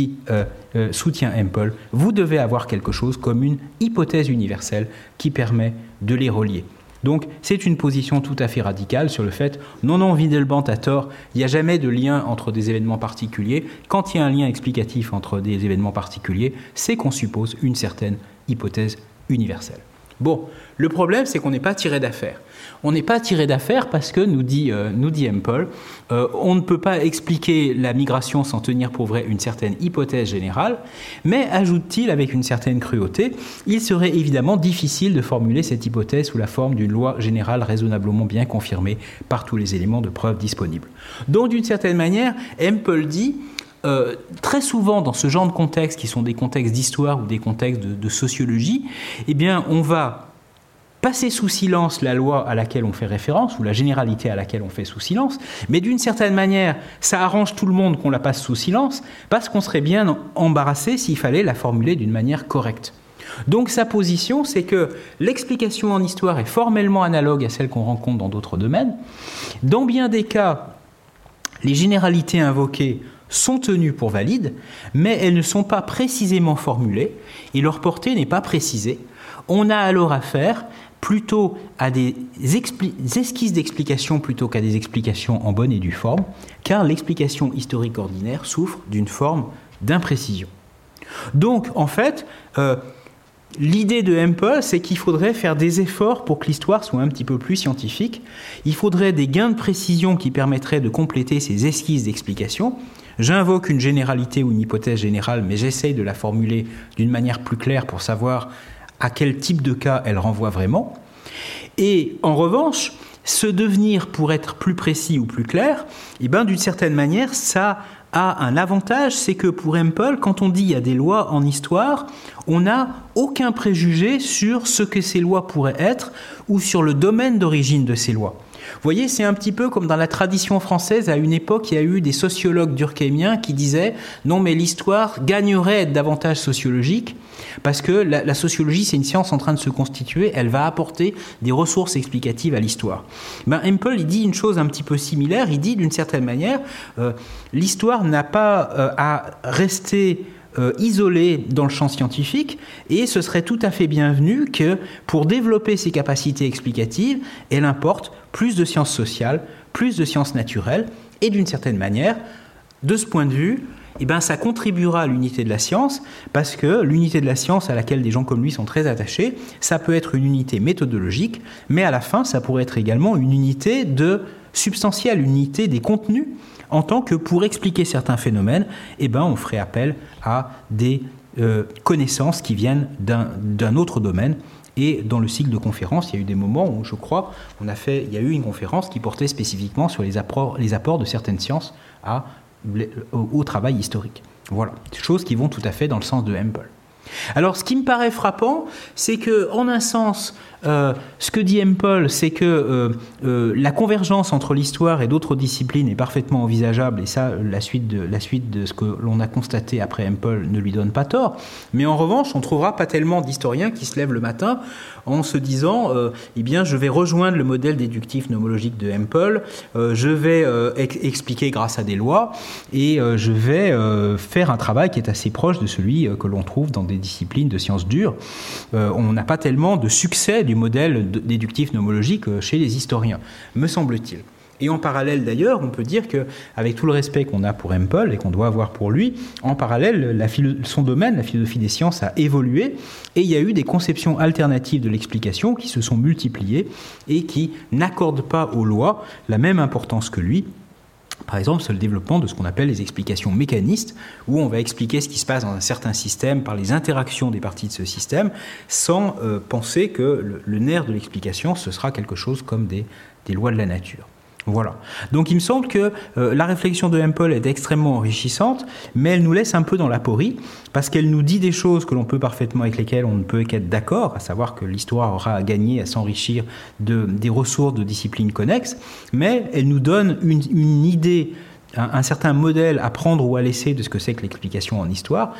soutient Hempel, vous devez avoir quelque chose comme une hypothèse universelle qui permet de les relier. Donc, c'est une position tout à fait radicale sur le fait, non, Windelband a tort, il n'y a jamais de lien entre des événements particuliers. Quand il y a un lien explicatif entre des événements particuliers, c'est qu'on suppose une certaine hypothèse universelle. Bon, le problème, c'est qu'on n'est pas tiré d'affaire. On n'est pas tiré d'affaire parce que, nous dit Hempel, on ne peut pas expliquer la migration sans tenir pour vrai une certaine hypothèse générale, mais, ajoute-t-il avec une certaine cruauté, il serait évidemment difficile de formuler cette hypothèse sous la forme d'une loi générale raisonnablement bien confirmée par tous les éléments de preuve disponibles. Donc, d'une certaine manière, Hempel dit... très souvent dans ce genre de contextes qui sont des contextes d'histoire ou des contextes de sociologie, eh bien on va passer sous silence la loi à laquelle on fait référence ou la généralité à laquelle on fait sous silence, mais d'une certaine manière ça arrange tout le monde qu'on la passe sous silence parce qu'on serait bien embarrassé s'il fallait la formuler d'une manière correcte. Donc sa position, c'est que l'explication en histoire est formellement analogue à celle qu'on rencontre dans d'autres domaines. Dans bien des cas, les généralités invoquées sont tenues pour valides, mais elles ne sont pas précisément formulées et leur portée n'est pas précisée. On a alors affaire plutôt à des esquisses d'explication plutôt qu'à des explications en bonne et due forme, car l'explication historique ordinaire souffre d'une forme d'imprécision. Donc, en fait, l'idée de Hempel, c'est qu'il faudrait faire des efforts pour que l'histoire soit un petit peu plus scientifique. Il faudrait des gains de précision qui permettraient de compléter ces esquisses d'explication. J'invoque une généralité ou une hypothèse générale, mais j'essaye de la formuler d'une manière plus claire pour savoir à quel type de cas elle renvoie vraiment. Et en revanche, ce devenir pour être plus précis ou plus clair, d'une certaine manière, ça a un avantage, c'est que pour Hempel, quand on dit il y a des lois en histoire, on n'a aucun préjugé sur ce que ces lois pourraient être ou sur le domaine d'origine de ces lois. Vous voyez, c'est un petit peu comme dans la tradition française. À une époque, il y a eu des sociologues durkheimiens qui disaient « Non, mais l'histoire gagnerait à être davantage sociologique parce que la sociologie, c'est une science en train de se constituer. Elle va apporter des ressources explicatives à l'histoire. » Hempel, il dit une chose un petit peu similaire. Il dit d'une certaine manière l'histoire n'a pas à rester isolée dans le champ scientifique et ce serait tout à fait bienvenu que pour développer ses capacités explicatives, elle importe plus de sciences sociales, plus de sciences naturelles et d'une certaine manière, de ce point de vue, ça contribuera à l'unité de la science parce que l'unité de la science à laquelle des gens comme lui sont très attachés, ça peut être une unité méthodologique, mais à la fin, ça pourrait être également une unité substantielle, une unité des contenus en tant que pour expliquer certains phénomènes, on ferait appel à des connaissances qui viennent d'un autre domaine. Et dans le cycle de conférences, il y a eu des moments où, je crois, il y a eu une conférence qui portait spécifiquement sur les apports de certaines sciences au travail historique. Voilà, des choses qui vont tout à fait dans le sens de Hempel. Alors, ce qui me paraît frappant, c'est que, en un sens, ce que dit Hempel, c'est que la convergence entre l'histoire et d'autres disciplines est parfaitement envisageable, et ça, la suite de ce que l'on a constaté après Hempel ne lui donne pas tort. Mais en revanche, on ne trouvera pas tellement d'historiens qui se lèvent le matin en se disant je vais rejoindre le modèle déductif nomologique de Hempel, je vais expliquer grâce à des lois, et je vais faire un travail qui est assez proche de celui que l'on trouve dans des disciplines de sciences dures. On n'a pas tellement de succès du modèle déductif nomologique chez les historiens, me semble-t-il. Et en parallèle d'ailleurs, on peut dire qu'avec tout le respect qu'on a pour Hempel et qu'on doit avoir pour lui, en parallèle, son domaine, la philosophie des sciences, a évolué et il y a eu des conceptions alternatives de l'explication qui se sont multipliées et qui n'accordent pas aux lois la même importance que lui. Par exemple, c'est le développement de ce qu'on appelle les explications mécanistes, où on va expliquer ce qui se passe dans un certain système par les interactions des parties de ce système, sans penser que le nerf de l'explication, ce sera quelque chose comme des lois de la nature. Voilà. Donc il me semble que la réflexion de Hempel est extrêmement enrichissante, mais elle nous laisse un peu dans l'aporie, parce qu'elle nous dit des choses que l'on peut parfaitement, avec lesquelles on ne peut qu'être d'accord, à savoir que l'histoire aura à gagner à s'enrichir des ressources de disciplines connexes, mais elle nous donne une idée, un certain modèle à prendre ou à laisser de ce que c'est que l'explication en histoire,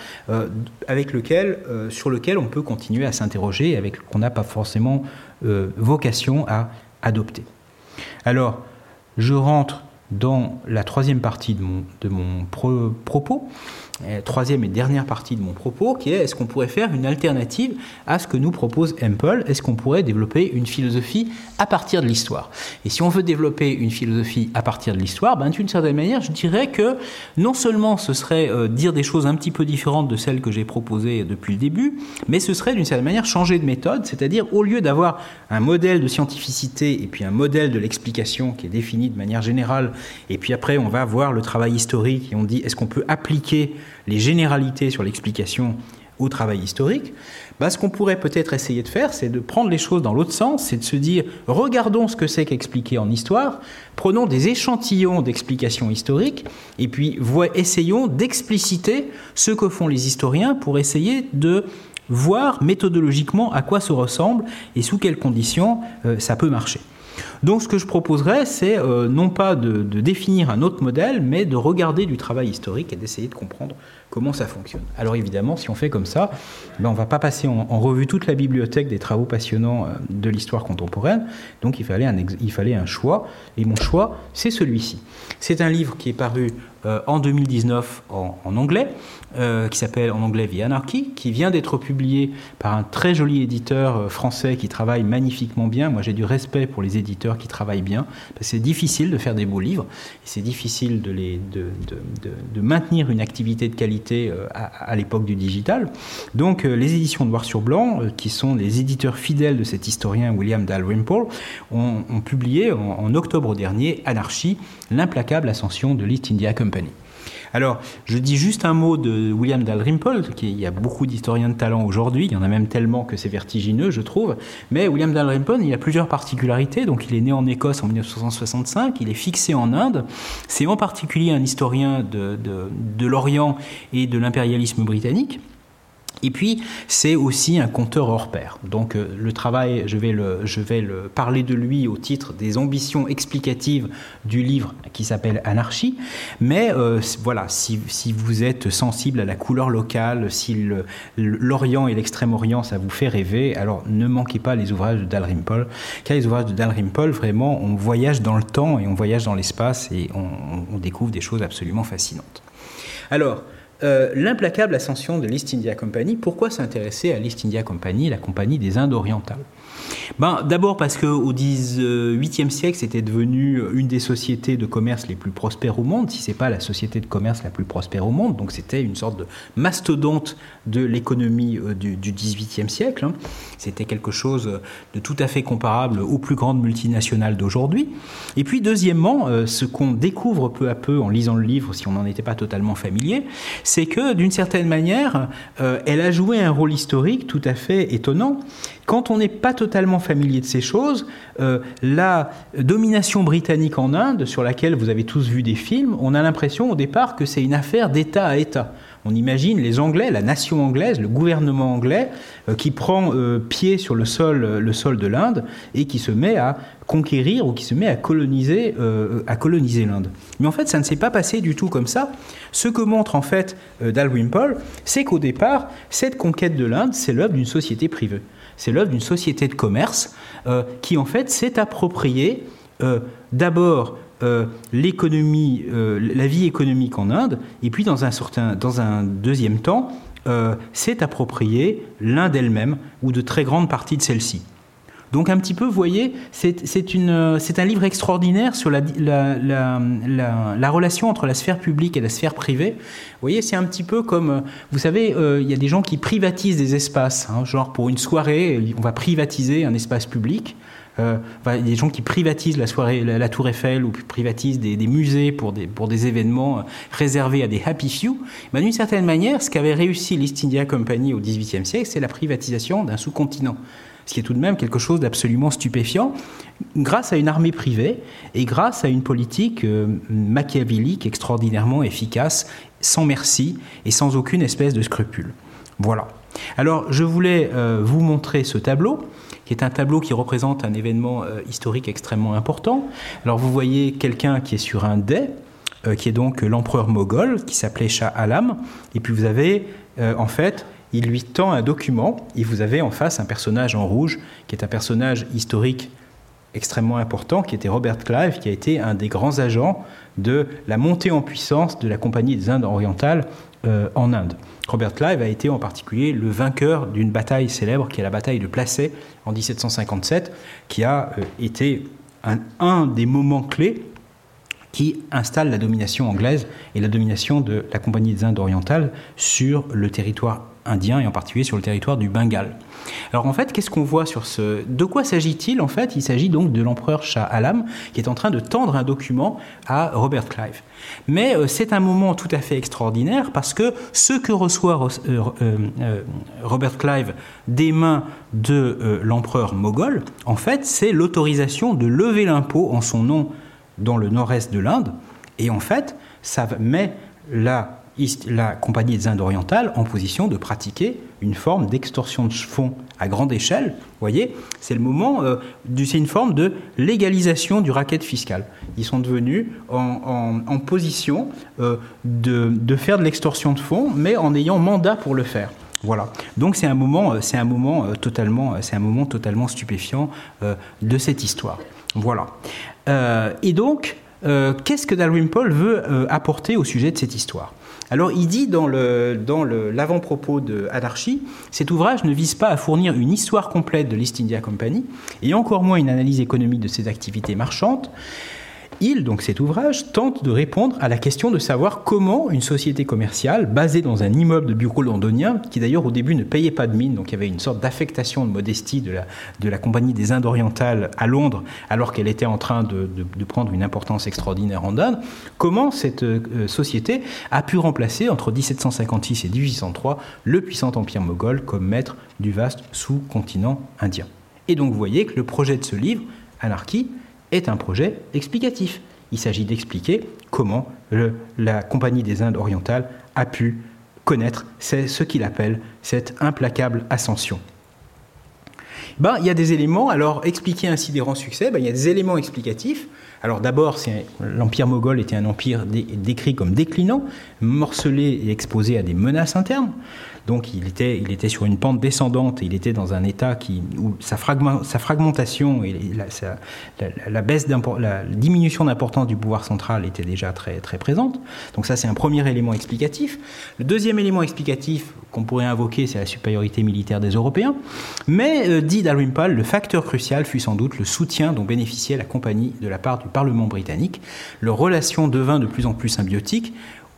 sur lequel on peut continuer à s'interroger, avec qu'on n'a pas forcément vocation à adopter. Alors, je rentre dans la troisième partie de mon propos, troisième et dernière partie de mon propos, qui est: est-ce qu'on pourrait faire une alternative à ce que nous propose Hempel? Est-ce qu'on pourrait développer une philosophie à partir de l'histoire? Et si on veut développer une philosophie à partir de l'histoire, d'une certaine manière, je dirais que non seulement ce serait dire des choses un petit peu différentes de celles que j'ai proposées depuis le début, mais ce serait d'une certaine manière changer de méthode, c'est-à-dire au lieu d'avoir un modèle de scientificité et puis un modèle de l'explication qui est défini de manière générale, et puis après on va voir le travail historique et on dit est-ce qu'on peut appliquer les généralités sur l'explication au travail historique, ce qu'on pourrait peut-être essayer de faire, c'est de prendre les choses dans l'autre sens, c'est de se dire, regardons ce que c'est qu'expliquer en histoire, prenons des échantillons d'explications historiques, et puis essayons d'expliciter ce que font les historiens pour essayer de voir méthodologiquement à quoi ça ressemble et sous quelles conditions ça peut marcher. Donc ce que je proposerais, c'est non pas de définir un autre modèle, mais de regarder du travail historique et d'essayer de comprendre comment ça fonctionne. Alors évidemment, si on fait comme ça, on ne va pas passer en revue toute la bibliothèque des travaux passionnants de l'histoire contemporaine. Donc il fallait un choix, et mon choix, c'est celui-ci. C'est un livre qui est paru en 2019 en anglais, qui s'appelle en anglais The Anarchy, qui vient d'être publié par un très joli éditeur français qui travaille magnifiquement bien. Moi, j'ai du respect pour les éditeurs qui travaillent bien, parce que c'est difficile de faire des beaux livres, et c'est difficile de maintenir une activité de qualité à l'époque du digital. Donc, les éditions Noir sur Blanc, qui sont les éditeurs fidèles de cet historien William Dalrymple, ont publié en octobre dernier Anarchy, l'implacable ascension de l'East India Company. Alors, je dis juste un mot de William Dalrymple, il y a beaucoup d'historiens de talent aujourd'hui, il y en a même tellement que c'est vertigineux, je trouve, mais William Dalrymple, il a plusieurs particularités. Donc il est né en Écosse en 1965, il est fixé en Inde, c'est en particulier un historien de l'Orient et de l'impérialisme britannique. Et puis, c'est aussi un conteur hors pair. Donc, le travail, je vais le parler de lui au titre des ambitions explicatives du livre qui s'appelle Anarchy. Mais voilà, si vous êtes sensible à la couleur locale, si l'Orient et l'Extrême-Orient, ça vous fait rêver, alors ne manquez pas les ouvrages de Dalrymple. Car les ouvrages de Dalrymple, vraiment, on voyage dans le temps et on voyage dans l'espace et on découvre des choses absolument fascinantes. Alors, l'implacable ascension de l'East India Company. Pourquoi s'intéresser à l'East India Company, la compagnie des Indes orientales ? D'abord parce qu'au XVIIIe siècle, c'était devenu une des sociétés de commerce les plus prospères au monde, si ce n'est pas la société de commerce la plus prospère au monde. Donc c'était une sorte de mastodonte de l'économie du XVIIIe siècle. C'était quelque chose de tout à fait comparable aux plus grandes multinationales d'aujourd'hui. Et puis deuxièmement, ce qu'on découvre peu à peu en lisant le livre, si on n'en était pas totalement familier, c'est que d'une certaine manière, elle a joué un rôle historique tout à fait étonnant. Quand on n'est pas totalement familier de ces choses, la domination britannique en Inde, sur laquelle vous avez tous vu des films, on a l'impression au départ que c'est une affaire d'État à État. On imagine les Anglais, la nation anglaise, le gouvernement anglais, qui prend pied sur le sol de l'Inde et qui se met à conquérir ou qui se met à coloniser l'Inde. Mais en fait, ça ne s'est pas passé du tout comme ça. Ce que montre en fait Dalrymple, c'est qu'au départ, cette conquête de l'Inde, c'est l'œuvre d'une société privée. C'est l'œuvre d'une société de commerce qui en fait s'est appropriée d'abord l'économie, la vie économique en Inde, et puis dans un deuxième temps, s'est appropriée l'Inde elle-même ou de très grandes parties de celle-ci. Donc un petit peu, vous voyez, c'est un livre extraordinaire sur la relation entre la sphère publique et la sphère privée. Vous voyez, c'est un petit peu comme, vous savez, il y a des gens qui privatisent des espaces, genre pour une soirée, on va privatiser un espace public. Il y a des gens qui privatisent la soirée, la Tour Eiffel, ou privatisent des musées pour des événements réservés à des happy few. D'une certaine manière, ce qu'avait réussi l'East India Company au XVIIIe siècle, c'est la privatisation d'un sous-continent. Ce qui est tout de même quelque chose d'absolument stupéfiant, grâce à une armée privée et grâce à une politique machiavélique extraordinairement efficace, sans merci et sans aucune espèce de scrupule. Voilà. Alors, je voulais vous montrer ce tableau, qui est un tableau qui représente un événement historique extrêmement important. Alors, vous voyez quelqu'un qui est sur un dais, qui est donc l'empereur moghol, qui s'appelait Shah Alam, et puis vous avez, en fait, il lui tend un document, et vous avez en face un personnage en rouge, qui est un personnage historique extrêmement important, qui était Robert Clive, qui a été un des grands agents de la montée en puissance de la Compagnie des Indes orientales en Inde. Robert Clive a été en particulier le vainqueur d'une bataille célèbre, qui est la bataille de Plassey en 1757, qui a été un des moments clés qui installe la domination anglaise et la domination de la Compagnie des Indes orientales sur le territoire indien et en particulier sur le territoire du Bengale. Alors en fait, qu'est-ce qu'on voit sur ce... De quoi s'agit-il en fait ? Il s'agit donc de l'empereur Shah Alam qui est en train de tendre un document à Robert Clive. Mais c'est un moment tout à fait extraordinaire parce que ce que reçoit Robert Clive des mains de l'empereur moghol, en fait, c'est l'autorisation de lever l'impôt en son nom dans le nord-est de l'Inde. Et en fait, ça met la Compagnie des Indes orientales en position de pratiquer une forme d'extorsion de fonds à grande échelle. Vous voyez, c'est le moment, c'est une forme de légalisation du racket fiscal. Ils sont devenus en position de faire de l'extorsion de fonds, mais en ayant mandat pour le faire. Voilà. Donc c'est un moment totalement stupéfiant de cette histoire. Voilà. Et donc, qu'est-ce que Dalrymple veut apporter au sujet de cette histoire ? Alors, il dit dans l'avant-propos de Anarchie, cet ouvrage ne vise pas à fournir une histoire complète de l'East India Company, et encore moins une analyse économique de ses activités marchandes. Donc cet ouvrage, tente de répondre à la question de savoir comment une société commerciale, basée dans un immeuble de bureaux londonien, qui d'ailleurs au début ne payait pas de mine, donc il y avait une sorte d'affectation de modestie de la Compagnie des Indes orientales à Londres, alors qu'elle était en train de prendre une importance extraordinaire en Inde, comment cette société a pu remplacer, entre 1756 et 1803, le puissant empire moghol comme maître du vaste sous-continent indien. Et donc vous voyez que le projet de ce livre, Anarchie, est un projet explicatif. Il s'agit d'expliquer comment la Compagnie des Indes orientales a pu connaître ce qu'il appelle cette implacable ascension. Il y a des éléments, alors expliquer un si grand succès, il y a des éléments explicatifs. Alors d'abord, l'empire moghol était un empire décrit comme déclinant, morcelé et exposé à des menaces internes. Donc il était sur une pente descendante, et il était dans un état où sa fragmentation et la diminution d'importance du pouvoir central était déjà très, très présente. Donc ça, c'est un premier élément explicatif. Le deuxième élément explicatif qu'on pourrait invoquer, c'est la supériorité militaire des Européens. Mais, dit Dalrymple, le facteur crucial fut sans doute le soutien dont bénéficiait la compagnie de la part du Parlement britannique. Leur relation devint de plus en plus symbiotique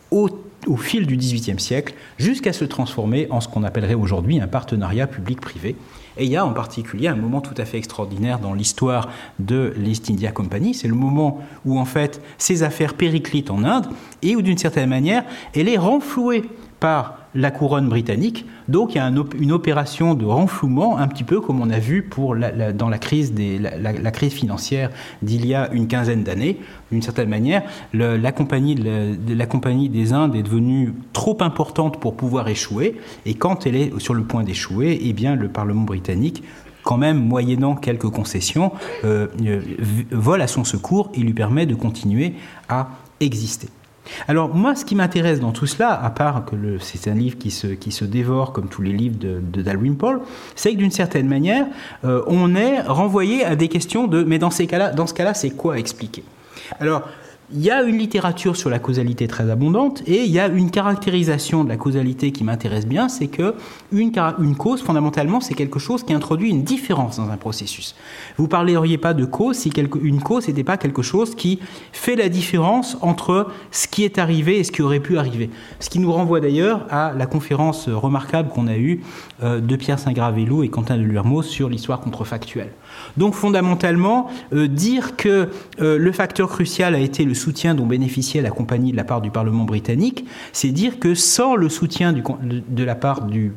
au fil du XVIIIe siècle, jusqu'à se transformer en ce qu'on appellerait aujourd'hui un partenariat public-privé. Et il y a en particulier un moment tout à fait extraordinaire dans l'histoire de l'East India Company. C'est le moment où, en fait, ces affaires périclitent en Inde et où, d'une certaine manière, elle est renflouée par la couronne britannique. Donc il y a une opération de renflouement, un petit peu comme on a vu dans la crise financière d'il y a une quinzaine d'années. D'une certaine manière, la compagnie des Indes est devenue trop importante pour pouvoir échouer, et quand elle est sur le point d'échouer, eh bien le Parlement britannique, quand même moyennant quelques concessions, vole à son secours et lui permet de continuer à exister. Alors moi, ce qui m'intéresse dans tout cela, à part que c'est un livre qui se dévore comme tous les livres de Dalrymple, c'est que d'une certaine manière, on est renvoyé à des questions mais dans ce cas-là, c'est quoi expliquer ? Alors, il y a une littérature sur la causalité très abondante, et il y a une caractérisation de la causalité qui m'intéresse bien, c'est que une cause, fondamentalement, c'est quelque chose qui introduit une différence dans un processus. Vous ne parleriez pas de cause si une cause n'était pas quelque chose qui fait la différence entre ce qui est arrivé et ce qui aurait pu arriver. Ce qui nous renvoie d'ailleurs à la conférence remarquable qu'on a eue de Pierre Saint-Gravelou et Quentin de Lurmos sur l'histoire contrefactuelle. Donc fondamentalement, dire que le facteur crucial a été le soutien dont bénéficiait la compagnie de la part du Parlement britannique, c'est dire que sans le soutien de la part du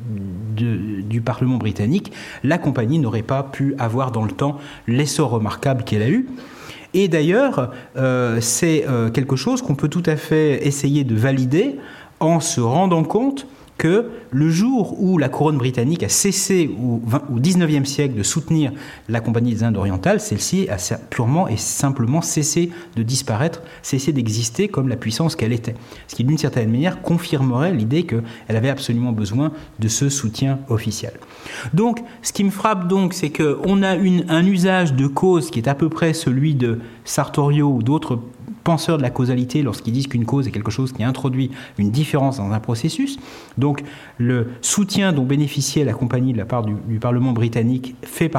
Parlement britannique, la compagnie n'aurait pas pu avoir dans le temps l'essor remarquable qu'elle a eu. Et d'ailleurs, c'est quelque chose qu'on peut tout à fait essayer de valider en se rendant compte que le jour où la couronne britannique a cessé au XIXe siècle de soutenir la Compagnie des Indes orientales, celle-ci a purement et simplement cessé de disparaître, cessé d'exister comme la puissance qu'elle était. Ce qui, d'une certaine manière, confirmerait l'idée qu'elle avait absolument besoin de ce soutien officiel. Donc, ce qui me frappe donc, c'est qu'on a un usage de cause qui est à peu près celui de Sartorio ou d'autres penseurs de la causalité lorsqu'ils disent qu'une cause est quelque chose qui introduit une différence dans un processus. Donc le soutien dont bénéficiait la compagnie de la part du Parlement britannique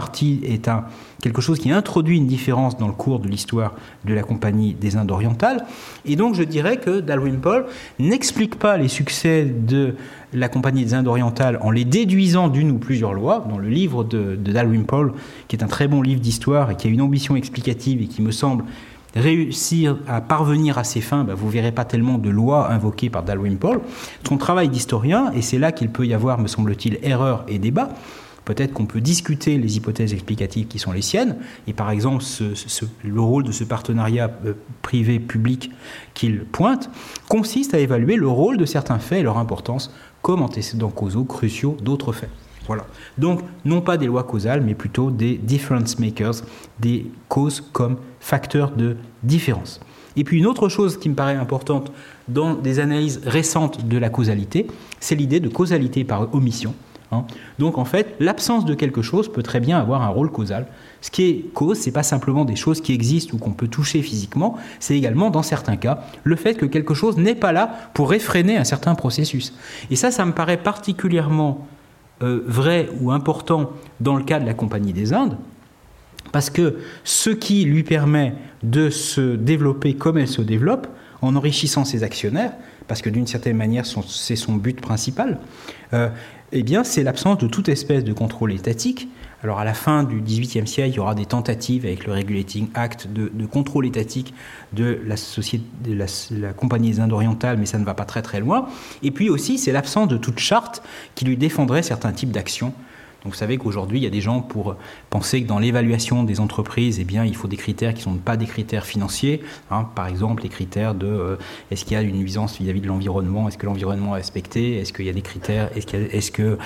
est quelque chose qui introduit une différence dans le cours de l'histoire de la Compagnie des Indes orientales. Et donc je dirais que Dalrymple n'explique pas les succès de la Compagnie des Indes orientales en les déduisant d'une ou plusieurs lois. Dans le livre de Dalrymple, qui est un très bon livre d'histoire et qui a une ambition explicative et qui me semble réussir à parvenir à ses fins, vous ne verrez pas tellement de lois invoquées par Dalrymple. Son travail d'historien, et c'est là qu'il peut y avoir, me semble-t-il, erreur et débat, peut-être qu'on peut discuter les hypothèses explicatives qui sont les siennes, et par exemple le rôle de ce partenariat privé-public qu'il pointe consiste à évaluer le rôle de certains faits et leur importance comme antécédents causaux cruciaux d'autres faits. Voilà. Donc, non pas des lois causales, mais plutôt des difference makers, des causes comme facteurs de différence. Et puis une autre chose qui me paraît importante dans des analyses récentes de la causalité, c'est l'idée de causalité par omission. Donc en fait, l'absence de quelque chose peut très bien avoir un rôle causal. Ce qui est cause, ce n'est pas simplement des choses qui existent ou qu'on peut toucher physiquement, c'est également, dans certains cas, le fait que quelque chose n'est pas là pour réfréner un certain processus. Et ça me paraît particulièrement vrai ou important dans le cas de la Compagnie des Indes, parce que ce qui lui permet de se développer comme elle se développe, en enrichissant ses actionnaires, parce que d'une certaine manière c'est son but principal, eh bien c'est l'absence de toute espèce de contrôle étatique. Alors à la fin du XVIIIe siècle, il y aura des tentatives avec le Regulating Act de contrôle étatique de la société, de la Compagnie des Indes orientales, mais ça ne va pas très très loin. Et puis aussi, c'est l'absence de toute charte qui lui défendrait certains types d'actions. Donc vous savez qu'aujourd'hui, il y a des gens pour penser que dans l'évaluation des entreprises, eh bien, il faut des critères qui ne sont pas des critères financiers. Par exemple, les critères de est-ce qu'il y a une nuisance vis-à-vis de l'environnement, est-ce que l'environnement est respecté, est-ce qu'il y a des critères, est-ce que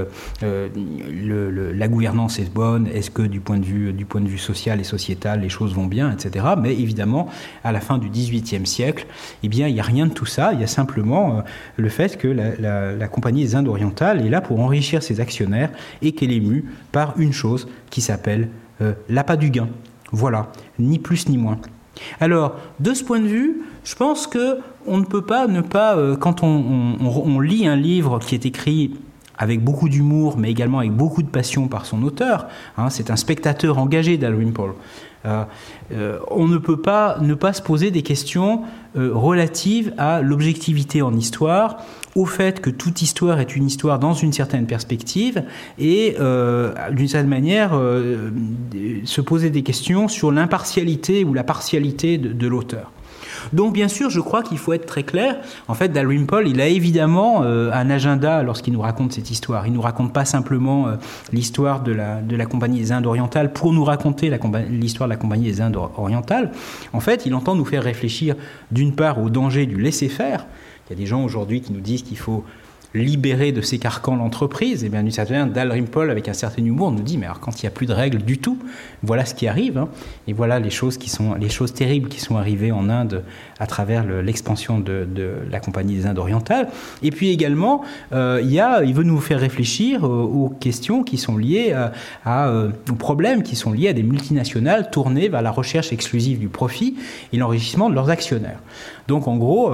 la gouvernance est bonne, est-ce que du point de vue social et sociétal, les choses vont bien, etc. Mais évidemment, à la fin du XVIIIe siècle, eh bien, il n'y a rien de tout ça. Il y a simplement le fait que la Compagnie des Indes orientales est là pour enrichir ses actionnaires et qu'elle est mue par une chose qui s'appelle l'appât du gain. Voilà, ni plus ni moins. Alors, de ce point de vue, je pense qu'on ne peut pas ne pas, quand on lit un livre qui est écrit avec beaucoup d'humour, mais également avec beaucoup de passion par son auteur, c'est un spectateur engagé Dalrymple, on ne peut pas ne pas se poser des questions relatives à l'objectivité en histoire, au fait que toute histoire est une histoire dans une certaine perspective et d'une certaine manière se poser des questions sur l'impartialité ou la partialité de l'auteur. Donc bien sûr, je crois qu'il faut être très clair. En fait, Dalrymple, il a évidemment un agenda lorsqu'il nous raconte cette histoire. Il ne nous raconte pas simplement l'histoire de la Compagnie des Indes orientales pour nous raconter l'histoire de la Compagnie des Indes orientales. En fait, il entend nous faire réfléchir d'une part au danger du laisser-faire. Il y a des gens aujourd'hui qui nous disent qu'il faut libérer de ses carcans l'entreprise. Et bien d'une certaine manière, Dalrymple, avec un certain humour, nous dit mais alors quand il n'y a plus de règles du tout, voilà ce qui arrive. Et voilà les choses terribles qui sont arrivées en Inde à travers l'expansion de la Compagnie des Indes orientales. Et puis également, il veut nous faire réfléchir aux questions qui sont liées aux problèmes qui sont liés à des multinationales tournées vers la recherche exclusive du profit et l'enrichissement de leurs actionnaires. Donc en gros,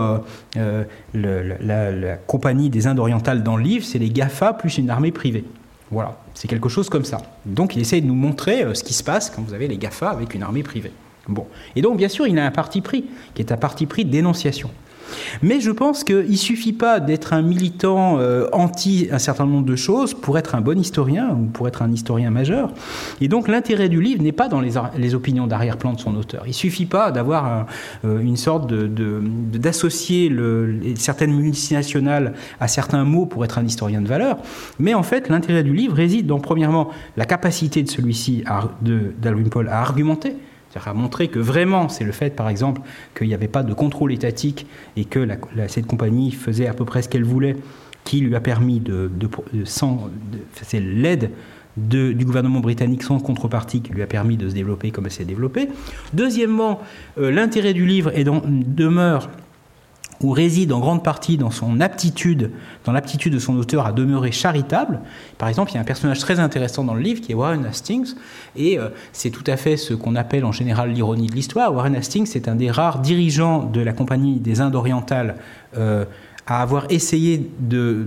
la Compagnie des Indes orientales dans le livre, c'est les GAFA plus une armée privée. Voilà, c'est quelque chose comme ça. Donc il essaye de nous montrer ce qui se passe quand vous avez les GAFA avec une armée privée. Bon. Et donc bien sûr, il a un parti pris, qui est un parti pris de dénonciation. Mais je pense qu'il ne suffit pas d'être un militant anti un certain nombre de choses pour être un bon historien ou pour être un historien majeur. Et donc l'intérêt du livre n'est pas dans les opinions d'arrière-plan de son auteur. Il ne suffit pas d'avoir une sorte d'associer certaines multinationales à certains mots pour être un historien de valeur. Mais en fait, l'intérêt du livre réside dans, premièrement, la capacité de celui-ci, de Dalrymple, à argumenter. C'est-à-dire à montrer que vraiment, c'est le fait, par exemple, qu'il n'y avait pas de contrôle étatique et que cette compagnie faisait à peu près ce qu'elle voulait, qui lui a permis c'est l'aide du gouvernement britannique sans contrepartie qui lui a permis de se développer comme elle s'est développée. Deuxièmement, l'intérêt du livre demeure ou réside en grande partie dans l'aptitude de son auteur à demeurer charitable. Par exemple, il y a un personnage très intéressant dans le livre qui est Warren Hastings, et c'est tout à fait ce qu'on appelle en général l'ironie de l'histoire. Warren Hastings est un des rares dirigeants de la Compagnie des Indes orientales à avoir essayé de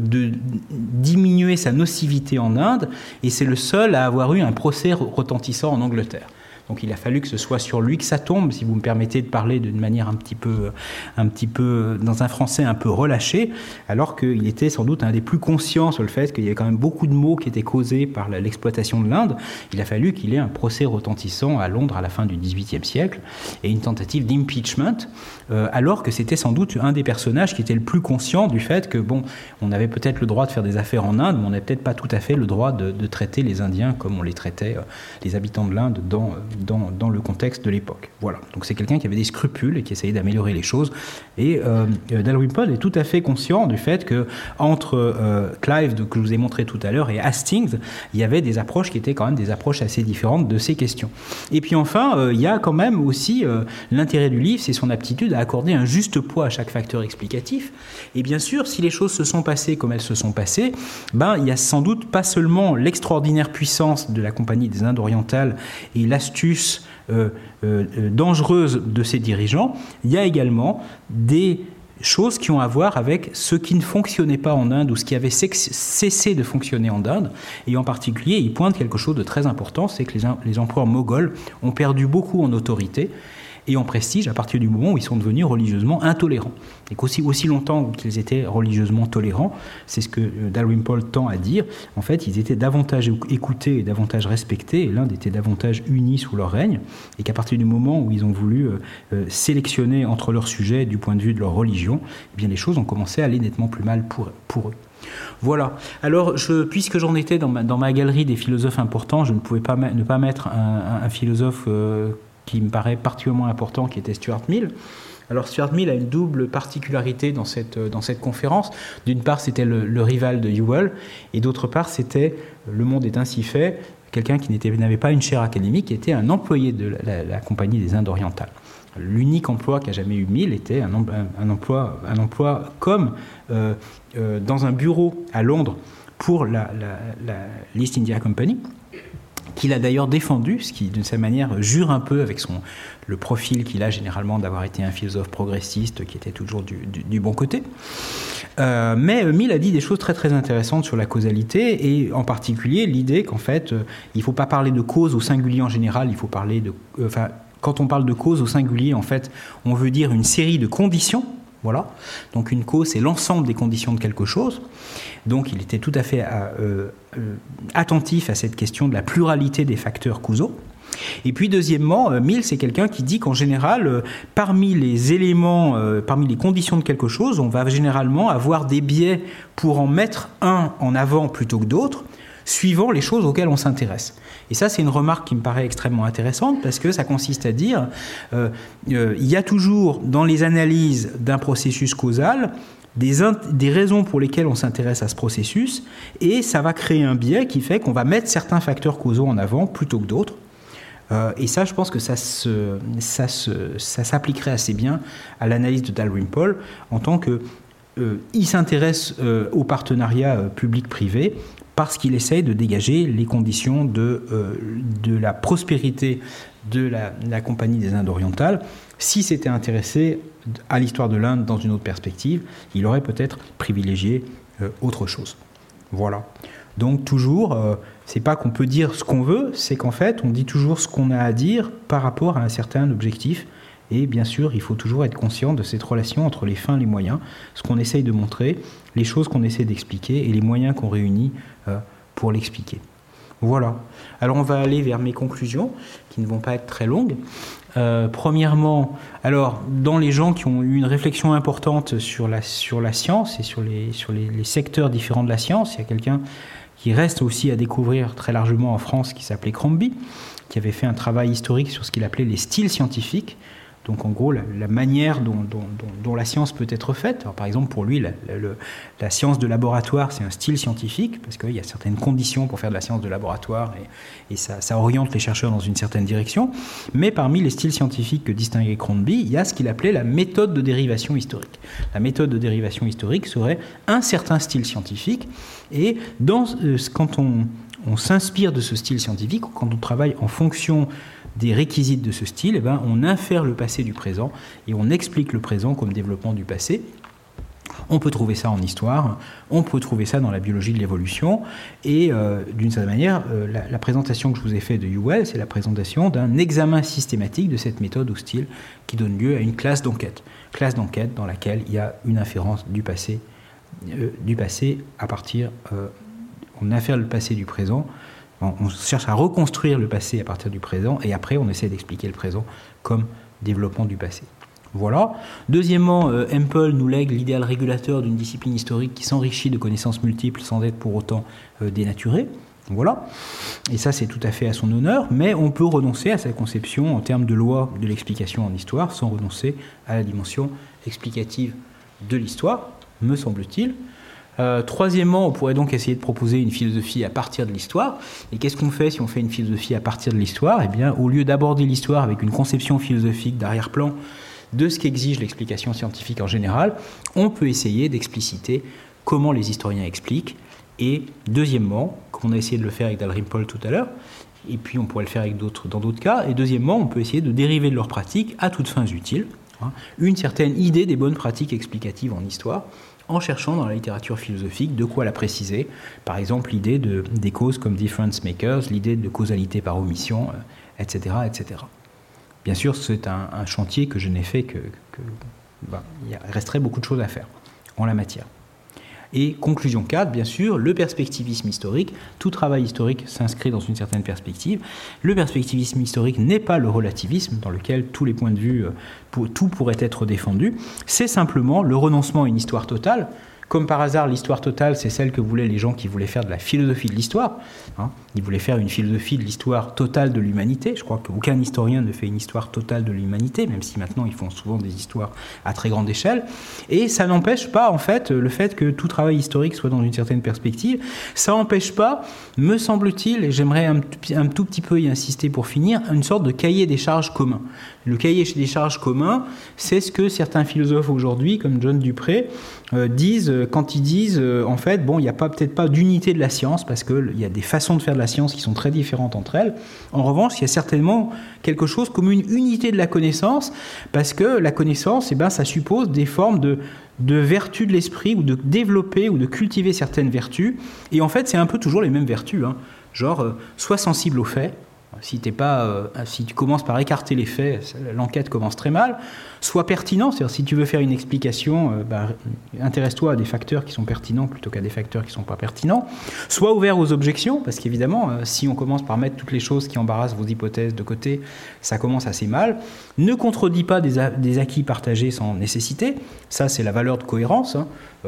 diminuer sa nocivité en Inde, et c'est le seul à avoir eu un procès retentissant en Angleterre. Donc il a fallu que ce soit sur lui que ça tombe, si vous me permettez de parler d'une manière un petit peu dans un français un peu relâché, alors qu'il était sans doute un des plus conscients sur le fait qu'il y avait quand même beaucoup de maux qui étaient causés par l'exploitation de l'Inde. Il a fallu qu'il ait un procès retentissant à Londres à la fin du XVIIIe siècle et une tentative d'impeachment, alors que c'était sans doute un des personnages qui était le plus conscient du fait que, bon, on avait peut-être le droit de faire des affaires en Inde, mais on n'avait peut-être pas tout à fait le droit de traiter les Indiens comme on les traitait, les habitants de l'Inde, dans le contexte de l'époque. Voilà. Donc c'est quelqu'un qui avait des scrupules et qui essayait d'améliorer les choses. Et Dalrymple est tout à fait conscient du fait que entre Clive, que je vous ai montré tout à l'heure, et Hastings, il y avait des approches qui étaient quand même des approches assez différentes de ces questions. Et puis enfin, il y a quand même aussi l'intérêt du livre, c'est son aptitude à accorder un juste poids à chaque facteur explicatif. Et bien sûr, si les choses se sont passées comme elles se sont passées, il y a sans doute pas seulement l'extraordinaire puissance de la Compagnie des Indes orientales et l'astuce dangereuse de ses dirigeants, il y a également des choses qui ont à voir avec ce qui ne fonctionnait pas en Inde ou ce qui avait cessé de fonctionner en Inde. Et en particulier, il pointe quelque chose de très important, c'est que les empereurs moghols ont perdu beaucoup en autorité et en prestige à partir du moment où ils sont devenus religieusement intolérants. Et qu'aussi longtemps qu'ils étaient religieusement tolérants, c'est ce que Dalrymple tend à dire, en fait, ils étaient davantage écoutés et davantage respectés, et l'Inde était davantage unie sous leur règne, et qu'à partir du moment où ils ont voulu sélectionner entre leurs sujets du point de vue de leur religion, eh bien les choses ont commencé à aller nettement plus mal pour eux. Voilà. Alors, puisque j'en étais dans ma galerie des philosophes importants, je ne pouvais pas ne pas mettre un philosophe qui me paraît particulièrement important, qui était Stuart Mill. Alors Stuart Mill a une double particularité dans cette conférence. D'une part, c'était le rival de Whewell, et d'autre part, c'était Le Monde est ainsi fait, quelqu'un qui n'avait pas une chaire académique, qui était un employé de la Compagnie des Indes orientales. L'unique emploi qu'a jamais eu Mill était un emploi comme dans un bureau à Londres pour l'East India Company, qu'il a d'ailleurs défendu, ce qui, d'une certaine manière, jure un peu avec le profil qu'il a généralement d'avoir été un philosophe progressiste qui était toujours du bon côté. Mais Mill a dit des choses très très intéressantes sur la causalité, et en particulier l'idée qu'en fait, il ne faut pas parler de cause au singulier en général, il faut parler quand on parle de cause au singulier, en fait, on veut dire une série de conditions. Voilà. Donc une cause, c'est l'ensemble des conditions de quelque chose. Donc il était tout à fait attentif à cette question de la pluralité des facteurs causaux. Et puis deuxièmement, Mill, c'est quelqu'un qui dit qu'en général, parmi les éléments, parmi les conditions de quelque chose, on va généralement avoir des biais pour en mettre un en avant plutôt que d'autres, suivant les choses auxquelles on s'intéresse. Et ça, c'est une remarque qui me paraît extrêmement intéressante, parce que ça consiste à dire il y a toujours dans les analyses d'un processus causal des raisons pour lesquelles on s'intéresse à ce processus, et ça va créer un biais qui fait qu'on va mettre certains facteurs causaux en avant plutôt que d'autres. Et ça, je pense que ça s'appliquerait assez bien à l'analyse de Dalrymple, en tant que il s'intéresse au partenariat public-privé, parce qu'il essaye de dégager les conditions de la prospérité de la Compagnie des Indes orientales. Si s'était intéressé à l'histoire de l'Inde dans une autre perspective, il aurait peut-être privilégié autre chose. Voilà. Donc toujours, c'est pas qu'on peut dire ce qu'on veut, c'est qu'en fait, on dit toujours ce qu'on a à dire par rapport à un certain objectif. Et bien sûr, il faut toujours être conscient de cette relation entre les fins et les moyens, ce qu'on essaye de montrer, les choses qu'on essaie d'expliquer et les moyens qu'on réunit pour l'expliquer. Voilà. Alors on va aller vers mes conclusions, qui ne vont pas être très longues. Premièrement, alors dans les gens qui ont eu une réflexion importante sur la science et sur les secteurs différents de la science, il y a quelqu'un qui reste aussi à découvrir très largement en France, qui s'appelait Crombie, qui avait fait un travail historique sur ce qu'il appelait les styles scientifiques. Donc en gros, la manière dont la science peut être faite. Alors, par exemple, pour lui, la science de laboratoire, c'est un style scientifique, parce qu'il y a certaines conditions pour faire de la science de laboratoire, et ça oriente les chercheurs dans une certaine direction. Mais parmi les styles scientifiques que distinguait Crombie, il y a ce qu'il appelait la méthode de dérivation historique. La méthode de dérivation historique serait un certain style scientifique, et quand on s'inspire de ce style scientifique, quand on travaille en fonction des réquisites de ce style, on infère le passé du présent et on explique le présent comme développement du passé. On peut trouver ça en histoire, on peut trouver ça dans la biologie de l'évolution, et d'une certaine manière, la présentation que je vous ai faite de Whewell, c'est la présentation d'un examen systématique de cette méthode ou style qui donne lieu à une classe d'enquête. Classe d'enquête dans laquelle il y a une inférence du passé à partir... on infère le passé du présent, on cherche à reconstruire le passé à partir du présent, et après on essaie d'expliquer le présent comme développement du passé. Voilà. Deuxièmement, Hempel nous lègue l'idéal régulateur d'une discipline historique qui s'enrichit de connaissances multiples sans être pour autant dénaturée. Voilà. Et ça, c'est tout à fait à son honneur, mais on peut renoncer à cette conception en termes de loi de l'explication en histoire sans renoncer à la dimension explicative de l'histoire, me semble-t-il. Troisièmement, on pourrait donc essayer de proposer une philosophie à partir de l'histoire. Et qu'est-ce qu'on fait si on fait une philosophie à partir de l'histoire ? Eh bien, au lieu d'aborder l'histoire avec une conception philosophique d'arrière-plan de ce qu'exige l'explication scientifique en général, on peut essayer d'expliciter comment les historiens expliquent. Et deuxièmement, comme on a essayé de le faire avec Dalrymple tout à l'heure, et puis on pourrait le faire avec dans d'autres cas, et deuxièmement, on peut essayer de dériver de leurs pratiques à toutes fins utiles, une certaine idée des bonnes pratiques explicatives en histoire, en cherchant dans la littérature philosophique de quoi la préciser. Par exemple, l'idée des causes comme difference makers, l'idée de causalité par omission, etc., etc. Bien sûr, c'est un chantier que je n'ai fait il resterait beaucoup de choses à faire en la matière. Et conclusion 4, bien sûr, le perspectivisme historique. Tout travail historique s'inscrit dans une certaine perspective. Le perspectivisme historique n'est pas le relativisme dans lequel tous les points de vue, tout pourrait être défendu. C'est simplement le renoncement à une histoire totale. Comme par hasard, l'histoire totale, c'est celle que voulaient les gens qui voulaient faire de la philosophie de l'histoire. Ils voulaient faire une philosophie de l'histoire totale de l'humanité. Je crois qu'aucun historien ne fait une histoire totale de l'humanité, même si maintenant ils font souvent des histoires à très grande échelle. Et ça n'empêche pas, en fait, le fait que tout travail historique soit dans une certaine perspective, ça n'empêche pas, me semble-t-il, et j'aimerais un tout petit peu y insister pour finir, une sorte de cahier des charges commun. Le cahier des charges commun, c'est ce que certains philosophes aujourd'hui, comme John Dupré, disent quand ils disent en fait, il n'y a peut-être pas d'unité de la science parce qu'il y a des façons de faire de la science qui sont très différentes entre elles. En revanche, il y a certainement quelque chose comme une unité de la connaissance parce que la connaissance, ça suppose des formes de vertus de l'esprit ou de développer ou de cultiver certaines vertus. Et en fait, c'est un peu toujours les mêmes vertus. Genre, sois sensible aux faits. Si tu commences par écarter les faits, l'enquête commence très mal. Sois pertinent, c'est-à-dire si tu veux faire une explication, intéresse-toi à des facteurs qui sont pertinents plutôt qu'à des facteurs qui ne sont pas pertinents. Sois ouvert aux objections, parce qu'évidemment, si on commence par mettre toutes les choses qui embarrassent vos hypothèses de côté, ça commence assez mal. Ne contredis pas des acquis partagés sans nécessité. Ça, c'est la valeur de cohérence.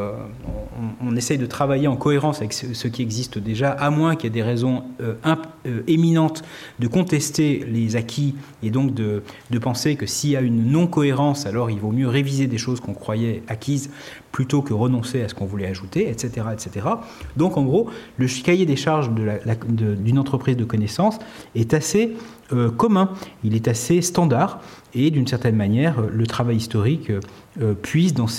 On essaye de travailler en cohérence avec ce qui existe déjà, à moins qu'il y ait des raisons éminentes de contester les acquis et donc de penser que s'il y a une non-cohérence, alors il vaut mieux réviser des choses qu'on croyait acquises plutôt que renoncer à ce qu'on voulait ajouter, etc., etc. Donc en gros, le cahier des charges d'une entreprise de connaissances est assez commun, il est assez standard et d'une certaine manière, le travail historique puise dans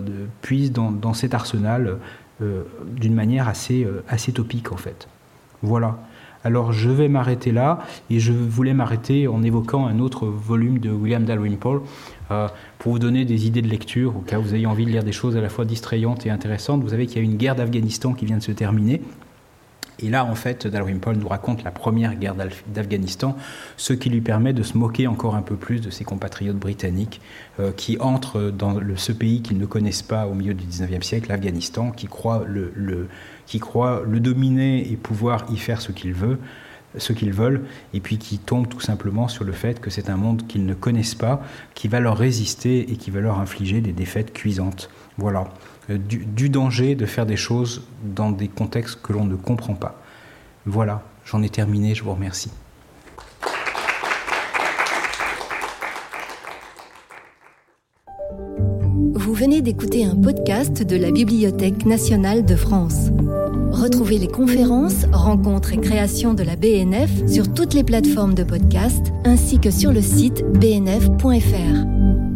cet arsenal d'une manière assez topique en fait. Voilà. Alors je vais m'arrêter là et je voulais m'arrêter en évoquant un autre volume de William Dalrymple pour vous donner des idées de lecture au cas où vous ayez envie de lire des choses à la fois distrayantes et intéressantes. Vous savez qu'il y a une guerre d'Afghanistan qui vient de se terminer. Et là, en fait, Dalrymple nous raconte la première guerre d'Afghanistan, ce qui lui permet de se moquer encore un peu plus de ses compatriotes britanniques qui entrent dans ce pays qu'ils ne connaissent pas au milieu du 19e siècle, l'Afghanistan, qui croient le dominer et pouvoir y faire ce qu'ils veulent, et puis qui tombent tout simplement sur le fait que c'est un monde qu'ils ne connaissent pas, qui va leur résister et qui va leur infliger des défaites cuisantes. Voilà. Du danger de faire des choses dans des contextes que l'on ne comprend pas. Voilà, j'en ai terminé, je vous remercie. Vous venez d'écouter un podcast de la Bibliothèque nationale de France. Retrouvez les conférences, rencontres et créations de la BNF sur toutes les plateformes de podcast ainsi que sur le site bnf.fr.